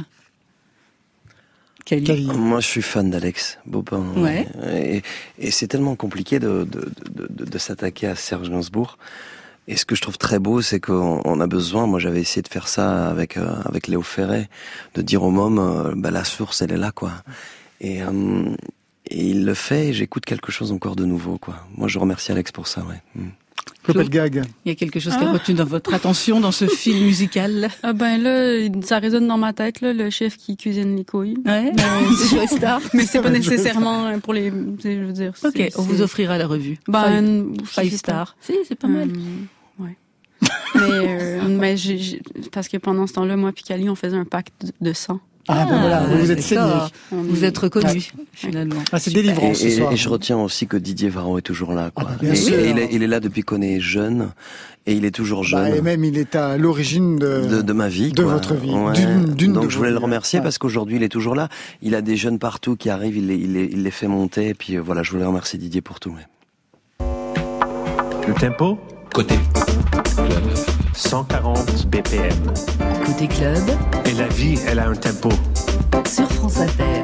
Cali. Moi, je suis fan d'Alex Bopin. Ouais. Et c'est tellement compliqué de s'attaquer à Serge Gainsbourg. Et ce que je trouve très beau, c'est qu'on a besoin, moi j'avais essayé de faire ça avec Léo Ferré, de dire au môme, la source elle est là, quoi. Et il le fait et j'écoute quelque chose encore de nouveau, quoi. Moi je remercie Alex pour ça, ouais. Clopelgag. Il y a quelque chose qui a retenu dans votre attention dans ce film musical. Ah là, ça résonne dans ma tête, là, le chef qui cuisine les couilles. Ouais. C'est Joe Star. Mais c'est pas nécessairement pour les, je veux dire. Ok, on vous offrira la revue. 5 Star. Si, c'est pas mal. Ouais. mais parce que pendant ce temps-là, moi puis Cali, on faisait un pacte de sang. Voilà, vous êtes saigné. Vous êtes reconnu, finalement. C'est délivrant ce soir. Et je retiens aussi que Didier Varro est toujours là, quoi. Bien sûr. Il est là depuis qu'on est jeune, et il est toujours jeune. Et même il est à l'origine de ma vie, de votre vie. Ouais. Donc je voulais le remercier parce qu'aujourd'hui il est toujours là. Il a des jeunes partout qui arrivent, il les fait monter, et puis voilà, je voulais remercier Didier pour tout. Ouais. Le tempo, Côté club. 140 BPM. Côté club, Et la vie, elle a un tempo. sur France Inter.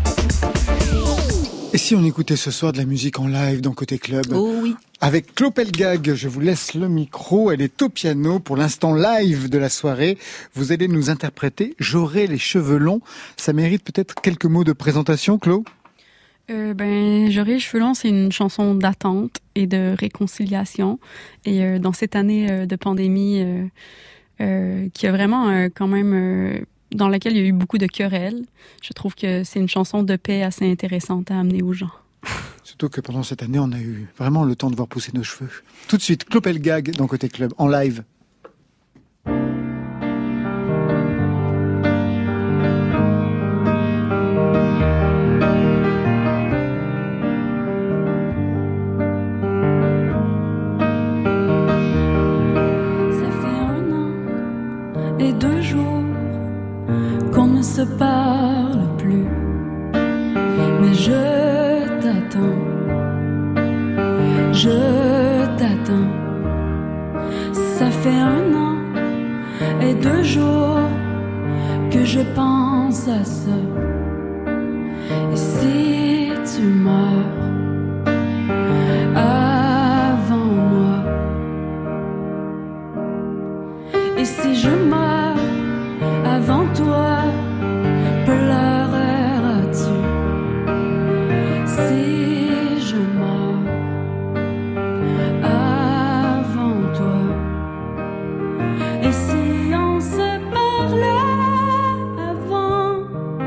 Et si on écoutait ce soir de la musique en live dans Côté Club? Oh oui. Avec Clopelgag, je vous laisse le micro. Elle est au piano pour l'instant live de la soirée. Vous allez nous interpréter J'aurai les cheveux longs. Ça mérite peut-être quelques mots de présentation, Clo? J'aurai les cheveux longs, c'est une chanson d'attente et de réconciliation. Et dans cette année de pandémie, qui a vraiment quand même dans laquelle il y a eu beaucoup de querelles, je trouve que c'est une chanson de paix assez intéressante à amener aux gens. Surtout que pendant cette année, on a eu vraiment le temps de voir pousser nos cheveux. Tout de suite, Clopelgag dans Côté Club, en live. Et 2 jours qu'on ne se parle plus, mais je t'attends, ça fait 1 an et 2 jours que je pense à ça. Et si tu meurs avant moi, et si je meurs avant toi, pleureras-tu? Si je meurs avant toi, et si on se parlait avant,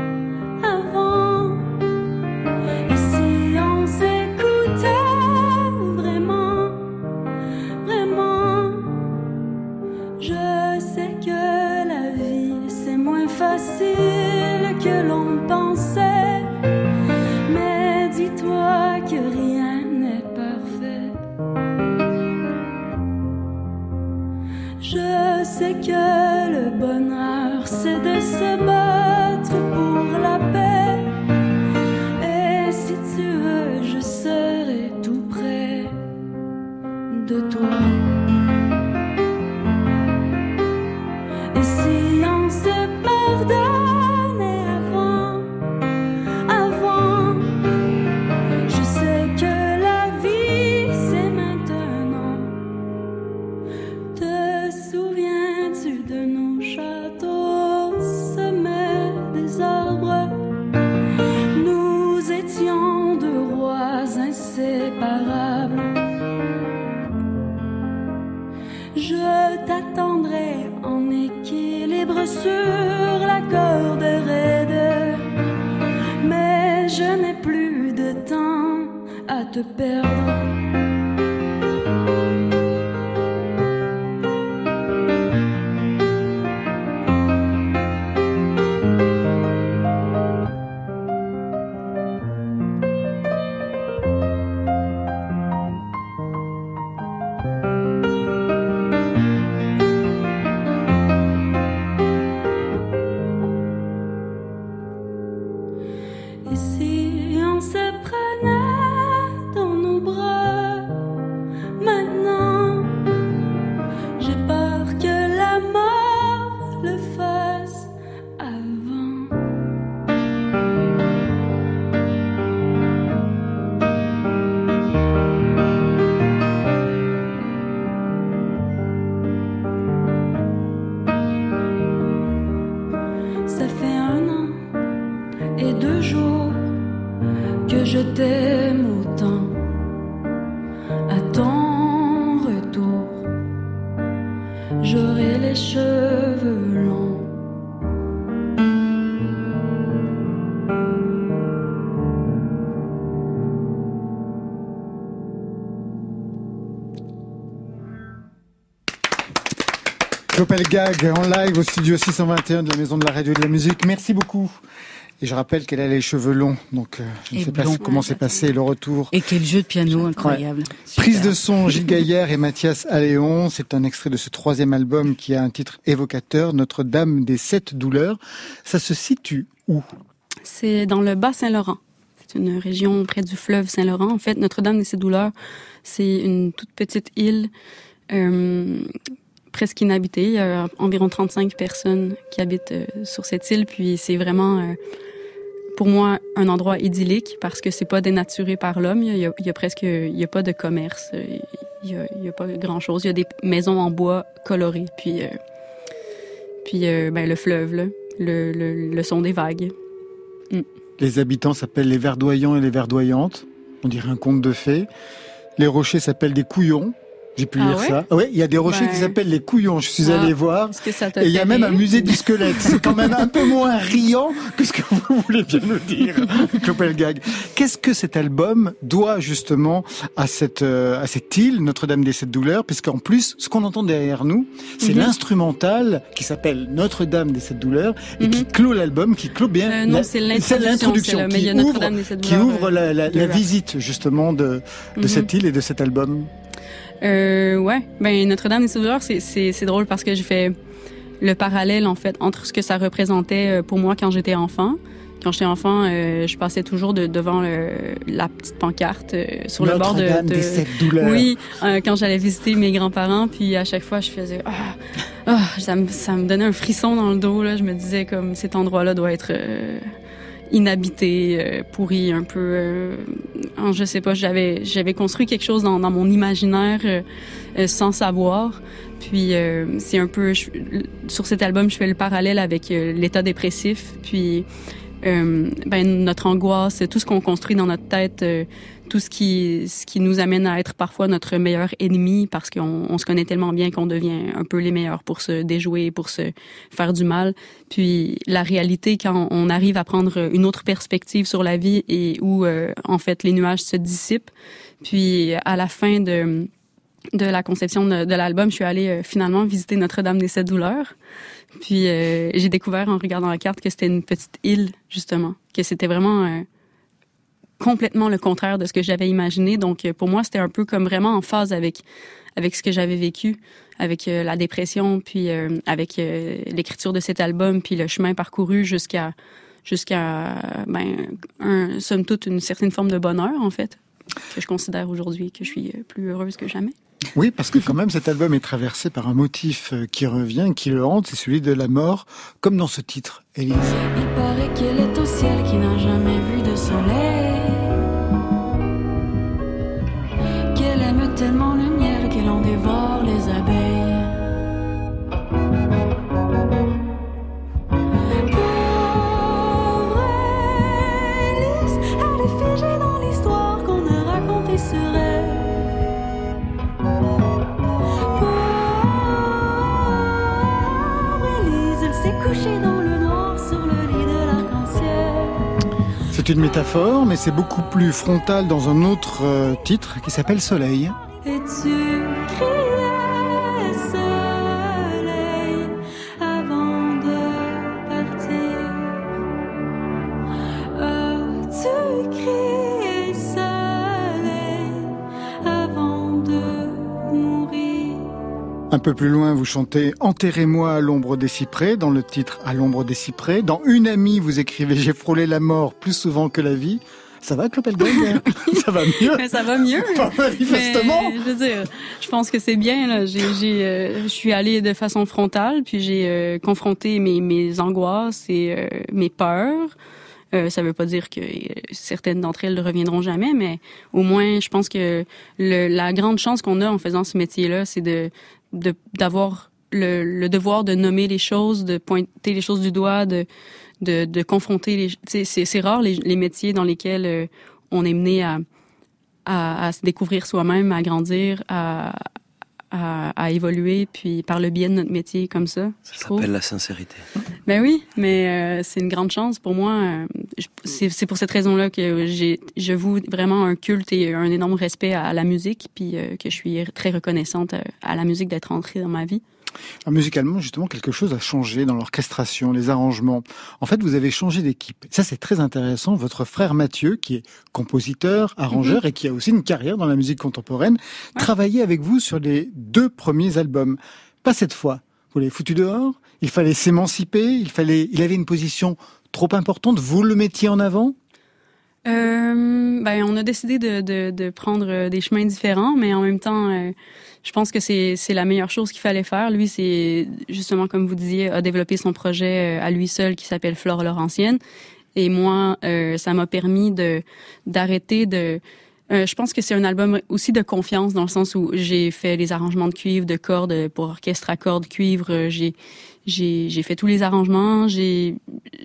et si on s'écoutait vraiment, je sais que la vie c'est moins facile que l'on pensait, mais dis-toi que rien n'est parfait. Je sais que le bonheur c'est de se battre pour la paix, et si tu veux je serai tout près de toi. Et si on se pardonnait avant, je sais que la vie c'est maintenant. Te souviens-tu de nos châteaux au sommet des arbres? Nous étions 2 rois inséparables. Je t'attendrai en équilibre sur la corde raide, mais je n'ai plus de temps à te perdre. 2 jours que je t'aime autant. À ton retour, j'aurai les cheveux longs. Clopelgag en live au studio 621 de la Maison de la Radio et de la Musique. Merci beaucoup. Et je rappelle qu'elle a les cheveux longs, donc je ne sais pas comment s'est passé le retour. Et quel jeu de piano incroyable. Ouais. Prise de son, Gilles Gaillard et Mathias Alléon. C'est un extrait de ce 3e album qui a un titre évocateur, Notre-Dame des 7 douleurs. Ça se situe où? C'est dans le Bas-Saint-Laurent. C'est une région près du fleuve Saint-Laurent. En fait, Notre-Dame des 7 douleurs, c'est une toute petite île presque inhabitée. Il y a environ 35 personnes qui habitent sur cette île. Puis c'est vraiment, pour moi, un endroit idyllique parce que c'est pas dénaturé par l'homme. Il y a pas de commerce. Il y a pas grand-chose. Il y a des maisons en bois colorées. Puis le fleuve, là, le son des vagues. Les habitants s'appellent les verdoyants et les verdoyantes. On dirait un conte de fées. Les rochers s'appellent des couillons. J'ai pu lire ça. Oui, il y a des rochers qui s'appellent les couillons. Je suis allé voir. Et il y a même un musée du squelette. C'est quand même un peu moins riant que ce que vous voulez bien nous dire, Clopelgag. Qu'est-ce que cet album doit justement à cette île, Notre-Dame des 7 douleurs? Puisqu'en plus, ce qu'on entend derrière nous, c'est l'instrumental qui s'appelle Notre-Dame des 7 douleurs et qui clôt l'album, qui clôt bien. Non, c'est l'introduction qui ouvre la visite justement de cette île et de cet album. Notre-Dame des 7 douleurs, c'est drôle parce que j'ai fait le parallèle, en fait, entre ce que ça représentait pour moi quand j'étais enfant. Quand j'étais enfant, je passais toujours devant la petite pancarte sur le bord de... Notre-Dame des 7 douleurs. Oui, quand j'allais visiter mes grands-parents, puis à chaque fois, je faisais... ça me donnait un frisson dans le dos, là. Je me disais, comme, cet endroit-là doit être... inhabité, pourri, un peu... je sais pas, j'avais construit quelque chose dans mon imaginaire sans savoir. Puis c'est un peu... sur cet album, je fais le parallèle avec l'état dépressif. Puis notre angoisse, tout ce qu'on construit dans notre tête, tout ce qui nous amène à être parfois notre meilleur ennemi parce qu'on se connaît tellement bien qu'on devient un peu les meilleurs pour se déjouer, pour se faire du mal. Puis la réalité, quand on arrive à prendre une autre perspective sur la vie et où, en fait, les nuages se dissipent. Puis à la fin de la conception de l'album, je suis allée finalement visiter Notre-Dame des 7 douleurs. Puis j'ai découvert en regardant la carte que c'était une petite île, justement, que c'était vraiment... complètement le contraire de ce que j'avais imaginé. Donc, pour moi, c'était un peu comme vraiment en phase avec ce que j'avais vécu, avec la dépression, puis avec l'écriture de cet album, puis le chemin parcouru jusqu'à somme toute, une certaine forme de bonheur, en fait, que je considère aujourd'hui que je suis plus heureuse que jamais. Oui, parce que quand même, cet album est traversé par un motif qui revient, qui le hante, c'est celui de la mort, comme dans ce titre, Élise. Il paraît qu'elle est au ciel qui n'a jamais vu de soleil, qu'elle aime tellement le miel qu'elle en dévore les abeilles. Pauvre Élise, elle est figée dans l'histoire qu'on a racontée sur elle. Couché dans le noir sur le lit de l'arc-en-ciel. C'est une métaphore, mais c'est beaucoup plus frontal dans un autre titre qui s'appelle Soleil. Et tu criais soleil avant de partir. Oh, tu criais soleil avant de mourir. Un peu plus loin, vous chantez « Enterrez-moi à l'ombre des cyprès » dans le titre « À l'ombre des cyprès ». Dans « Une amie », vous écrivez « J'ai frôlé la mort plus souvent que la vie ». Ça va, Clopelgag? Ça va mieux? Mais ça va mieux. Pas manifestement. Mais, je veux dire, je pense que c'est bien, là. Je suis allée de façon frontale, puis j'ai confronté mes angoisses et mes peurs. Ça veut pas dire que certaines d'entre elles ne reviendront jamais, mais au moins, je pense que la grande chance qu'on a en faisant ce métier-là, c'est d'avoir le devoir de nommer les choses, de pointer les choses du doigt, de de confronter c'est rare les métiers dans lesquels on est mené à se découvrir soi-même, à grandir, à évoluer, puis par le biais de notre métier comme ça. Ça s'appelle la sincérité. Ben oui, mais c'est une grande chance pour moi. C'est pour cette raison-là que je voue vraiment un culte et un énorme respect à la musique, puis que je suis très reconnaissante à la musique d'être entrée dans ma vie. Alors, musicalement, justement, quelque chose a changé dans l'orchestration, les arrangements. En fait, vous avez changé d'équipe. Ça, c'est très intéressant. Votre frère Mathieu, qui est compositeur, arrangeur et qui a aussi une carrière dans la musique contemporaine, travaillait avec vous sur les 2 premiers albums. Pas cette fois. Vous l'avez foutu dehors. Il fallait s'émanciper. Il avait une position trop importante. Vous le mettiez en avant? On a décidé de prendre des chemins différents, mais en même temps, je pense que c'est la meilleure chose qu'il fallait faire. Lui, c'est justement, comme vous disiez, a développé son projet à lui seul qui s'appelle Flore Laurentienne. Et moi, ça m'a permis d'arrêter de... je pense que c'est un album aussi de confiance dans le sens où j'ai fait les arrangements de cuivre, de cordes pour orchestre à cordes, cuivre. J'ai fait tous les arrangements. J'ai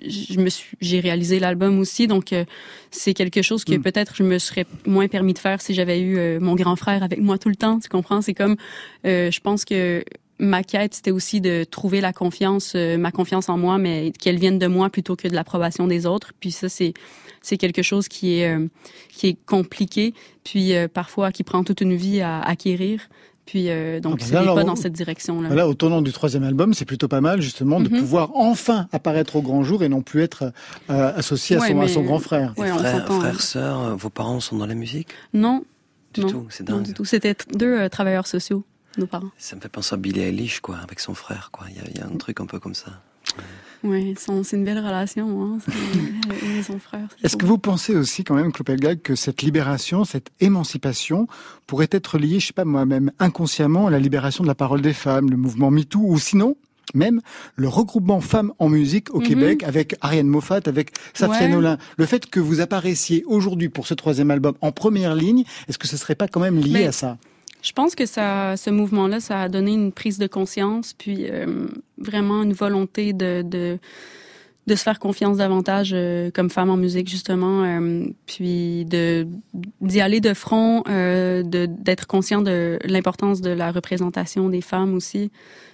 réalisé l'album aussi. Donc, c'est quelque chose que peut-être je me serais moins permis de faire si j'avais eu mon grand frère avec moi tout le temps. Tu comprends? C'est comme, je pense que ma quête, c'était aussi de trouver la confiance, ma confiance en moi, mais qu'elle vienne de moi plutôt que de l'approbation des autres. Puis ça, c'est quelque chose qui est compliqué, puis parfois qui prend toute une vie à acquérir. Puis donc c'est pas dans cette direction-là. Voilà, au tournant du 3e album, c'est plutôt pas mal justement de pouvoir enfin apparaître au grand jour et non plus être associé à son grand frère. Ouais, frères, sœurs, vos parents sont dans la musique? Non, du tout. C'est dingue. Non, du tout. C'était 2 travailleurs sociaux, nos parents. Ça me fait penser à Billie Eilish, quoi, avec son frère, quoi. Il y a un truc un peu comme ça. Oui, c'est une belle relation, hein. Elle et son frère. Est-ce que vous pensez aussi, quand même, Clopelgag, que cette libération, cette émancipation pourrait être liée, je sais pas moi-même, inconsciemment à la libération de la parole des femmes, le mouvement MeToo, ou sinon, même, le regroupement femmes en musique au Québec, avec Ariane Moffat, avec Safia Nolin. Le fait que vous apparaissiez aujourd'hui pour ce 3e album en première ligne, est-ce que ce serait pas quand même lié à ça? Je pense que ce mouvement-là, ça a donné une prise de conscience, puis vraiment une volonté de se faire confiance davantage comme femme en musique, justement, puis d'y aller de front, d'être conscient de l'importance de la représentation des femmes aussi.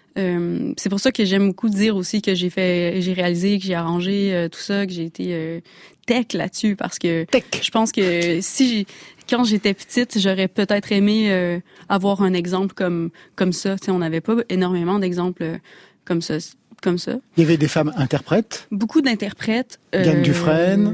C'est pour ça que j'aime beaucoup dire aussi que j'ai réalisé, que j'ai arrangé tout ça, que j'ai été tech là-dessus, parce que je pense que quand j'étais petite, j'aurais peut-être aimé avoir un exemple comme ça. Tu sais, on n'avait pas énormément d'exemples comme ça. Il y avait des femmes interprètes. Beaucoup d'interprètes. Diane Dufresne.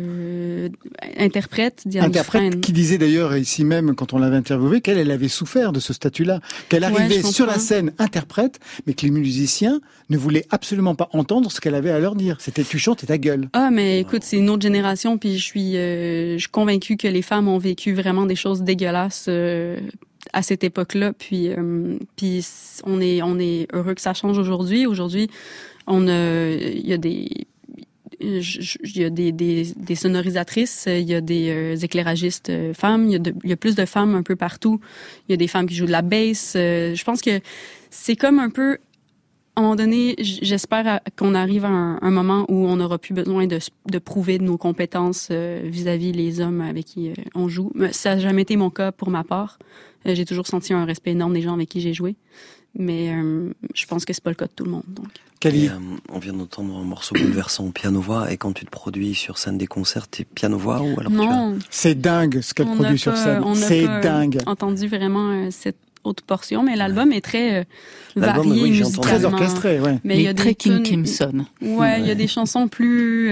Diane Dufresne. Qui disait d'ailleurs ici même, quand on l'avait interviewée, qu'elle avait souffert de ce statut-là. Qu'elle arrivait sur la scène interprète, mais que les musiciens ne voulaient absolument pas entendre ce qu'elle avait à leur dire. C'était tu chantes et ta gueule. Ah, mais écoute, c'est une autre génération, puis je suis convaincue que les femmes ont vécu vraiment des choses dégueulasses à cette époque-là, puis on est heureux que ça change aujourd'hui. Aujourd'hui, il y a des sonorisatrices, il y a des éclairagistes femmes, il y a plus de femmes un peu partout. Il y a des femmes qui jouent de la bass. Je pense que c'est comme un peu, à un moment donné, j'espère qu'on arrive à un moment où on n'aura plus besoin de prouver de nos compétences vis-à-vis les hommes avec qui on joue. Mais ça n'a jamais été mon cas pour ma part. J'ai toujours senti un respect énorme des gens avec qui j'ai joué. Mais je pense que c'est pas le cas de tout le monde. Donc. Et, on vient d'entendre un morceau bouleversant au piano-voix, et quand tu te produis sur scène des concerts, t'es piano-voix ou alors non. C'est dingue ce qu'elle produit sur scène. C'est dingue. Entendu vraiment cette autre portion, mais l'album est très varié, musicalement. Très orchestré, ouais. Mais il y a très King Crimson. Ouais, il y a des chansons plus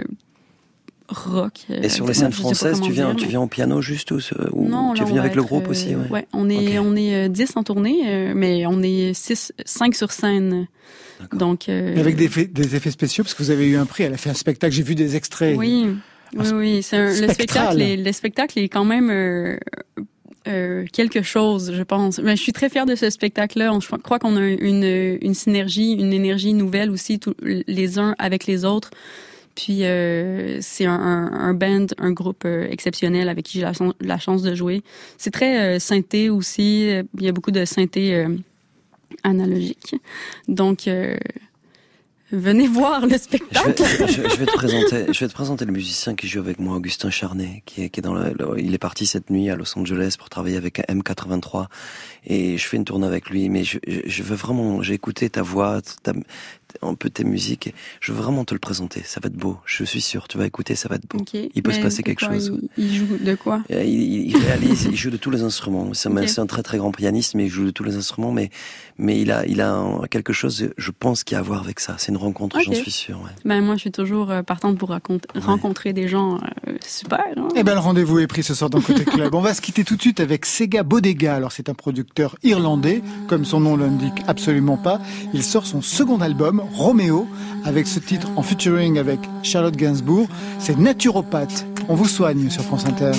rock. Et sur les scènes françaises, tu viens au piano juste ou non, tu es venu avec le groupe aussi? Ouais, on est 10 en tournée, mais on est 5 sur scène. Donc, avec des effets spéciaux, parce que vous avez eu un prix, elle a fait un spectacle, j'ai vu des extraits. Oui. Le spectacle est quand même quelque chose, je pense. Mais je suis très fière de ce spectacle-là. Je crois qu'on a une synergie, une énergie nouvelle aussi, les uns avec les autres. Puis c'est un band, un groupe exceptionnel avec qui j'ai la chance de jouer. C'est très synthé aussi. Il y a beaucoup de synthé analogique. Donc venez voir le spectacle. Je vais te présenter le musicien qui joue avec moi, Augustin Charnet, qui est il est parti cette nuit à Los Angeles pour travailler avec un M83 et je fais une tournée avec lui. Mais je veux vraiment, j'ai écouté ta voix, un peu tes musiques. Et je veux vraiment te le présenter. Ça va être beau. Je suis sûr. Tu vas écouter, ça va être beau. Okay. Il peut se passer quelque chose. Il joue de quoi? Il réalise, il joue de tous les instruments. C'est un très très grand pianiste, mais il joue de tous les instruments. Mais il a quelque chose, je pense, qui a à voir avec ça. C'est une rencontre, j'en suis sûr. Ouais. Ben moi, je suis toujours partante pour rencontrer des gens super. Hein? Eh ben le rendez-vous est pris ce soir dans Côté Club. On va se quitter tout de suite avec Sega Bodega. Alors c'est un producteur irlandais, comme son nom l'indique absolument pas. Il sort son second album, Roméo, avec ce titre en featuring avec Charlotte Gainsbourg. C'est Naturopathe. On vous soigne sur France Inter.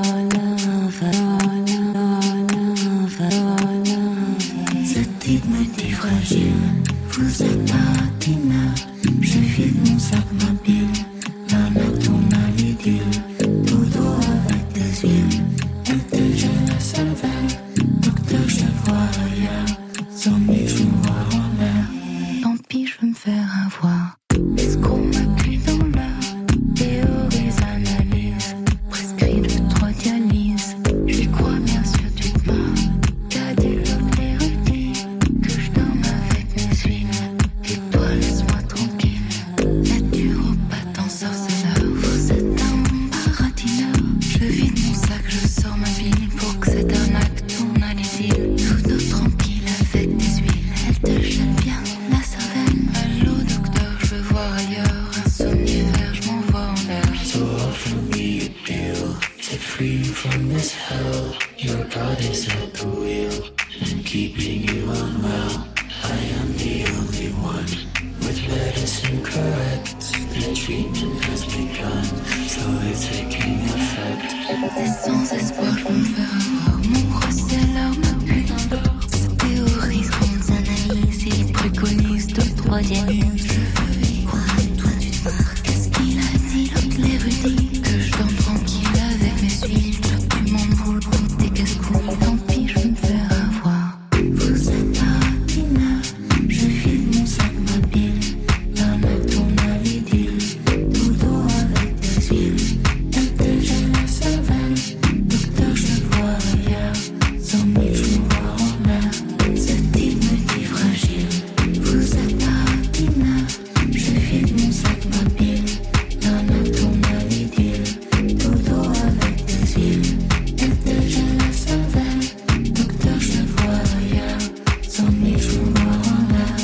Cette type me dit fragile, vous êtes latina. Je file mon sac, ma pile, la note tourne à l'idylle. Tout d'eau avec des huiles, elle déjeune la cervelle. Docteur, je vois ailleurs, sans mes je vois en l'air. Tant pis, je veux me faire avoir. Escroc m'a cuit dans l'heure, théories, analyses, prescrit de 3 dialyses. J'y crois bien sûr, tu te marres. T'as dit l'autre érudit, que je dorme avec mes huiles. Et toi, laisse-moi tranquille. Naturopathe en sorceleur, vous êtes un baratineur. Je vide mon sac, je sors ma bile pour que cette arnaque tourne à l'idylle. Tout d'eau tranquille avec des huiles, elle te jette bien la cervelle. Allô docteur, je veux voir ailleurs, un somnifère, je m'envoie en l'air. So offer me a deal, set free from this hell. Your God is at the wheel, and keeping you unwell. I am the only one with medicine correct. The treatment has begun, slowly taking effect. C'est sans espoir, je veux me faire avoir. Mon recelleur m'a cuit dans l'or. Ses théories, grandes analyses, il préconise 2-3 dialyses. Je veux y croire, toi tu te marres. Qu'est-ce qu'il a dit, l'autre l'érudit? Que je dorme tranquille avec mes huiles. Toi tu m'embroules pour tes casse-couilles. Tant pis, je veux me faire avoir. Vous êtes latina, je file mon sac, ma bile. La note tourne à l'idylle. Tout d'eau avec des huiles. Elle déjeune la cervelle. Docteur, je vois ailleurs. Sans mille, je vois en l'air. Cette île me dit fragile. Vous êtes latina, je file mon sac, ma bile. La note tourne à l'idylle. Tout d'eau avec des huiles. Elle déjeune la cervelle. Docteur, je vois ailleurs. Sans mille, je vois en l'air.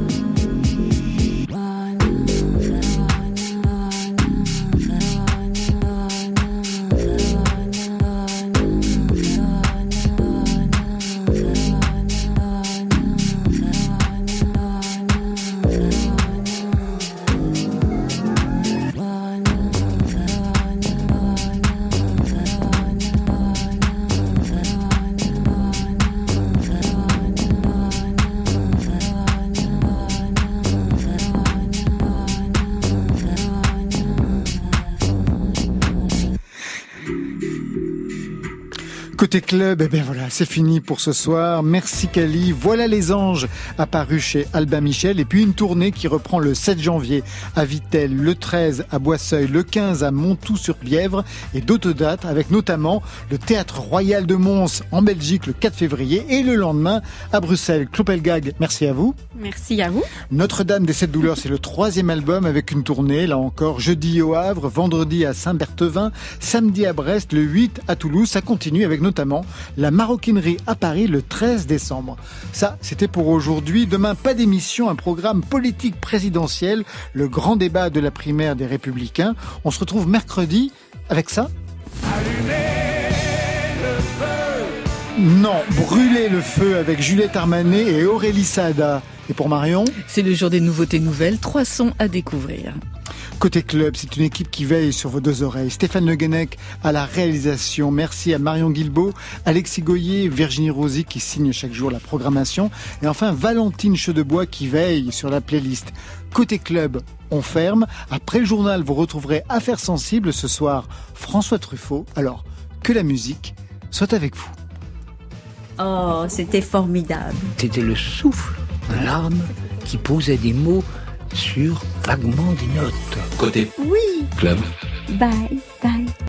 Côté Club, eh bien voilà, c'est fini pour ce soir. Merci Cali. Voilà les anges apparus chez Albin Michel. Et puis une tournée qui reprend le 7 janvier à Vittel, le 13 à Boisseuil, le 15 à Montoux-sur-Bièvre et d'autres dates avec notamment le Théâtre Royal de Mons en Belgique le 4 février et le lendemain à Bruxelles. Clopelgag, merci à vous. Merci à vous. Notre-Dame des Sept Douleurs, c'est le 3e album avec une tournée, là encore, jeudi au Havre, vendredi à Saint-Berthevin, samedi à Brest, le 8 à Toulouse. Ça continue avec notamment la Maroquinerie à Paris le 13 décembre. Ça, c'était pour aujourd'hui. Demain, pas d'émission, un programme politique présidentiel, le grand débat de la primaire des Républicains. On se retrouve mercredi avec ça. Allumez le feu. Non, brûler le feu avec Juliette Armanet et Aurélie Saada. Et pour Marion ? C'est le jour des nouveautés nouvelles, 3 sons à découvrir. Côté Club, c'est une équipe qui veille sur vos 2 oreilles. Stéphane Le Guenec à la réalisation. Merci à Marion Guilbault, Alexis Goyer, Virginie Rosy qui signe chaque jour la programmation. Et enfin, Valentine Chedebois qui veille sur la playlist. Côté Club, on ferme. Après le journal, vous retrouverez Affaires sensibles ce soir. François Truffaut. Alors, que la musique soit avec vous. Oh, c'était formidable. C'était le souffle de l'âme qui posait des mots sur Vaguement des notes. Côté Oui. Club. Bye, bye.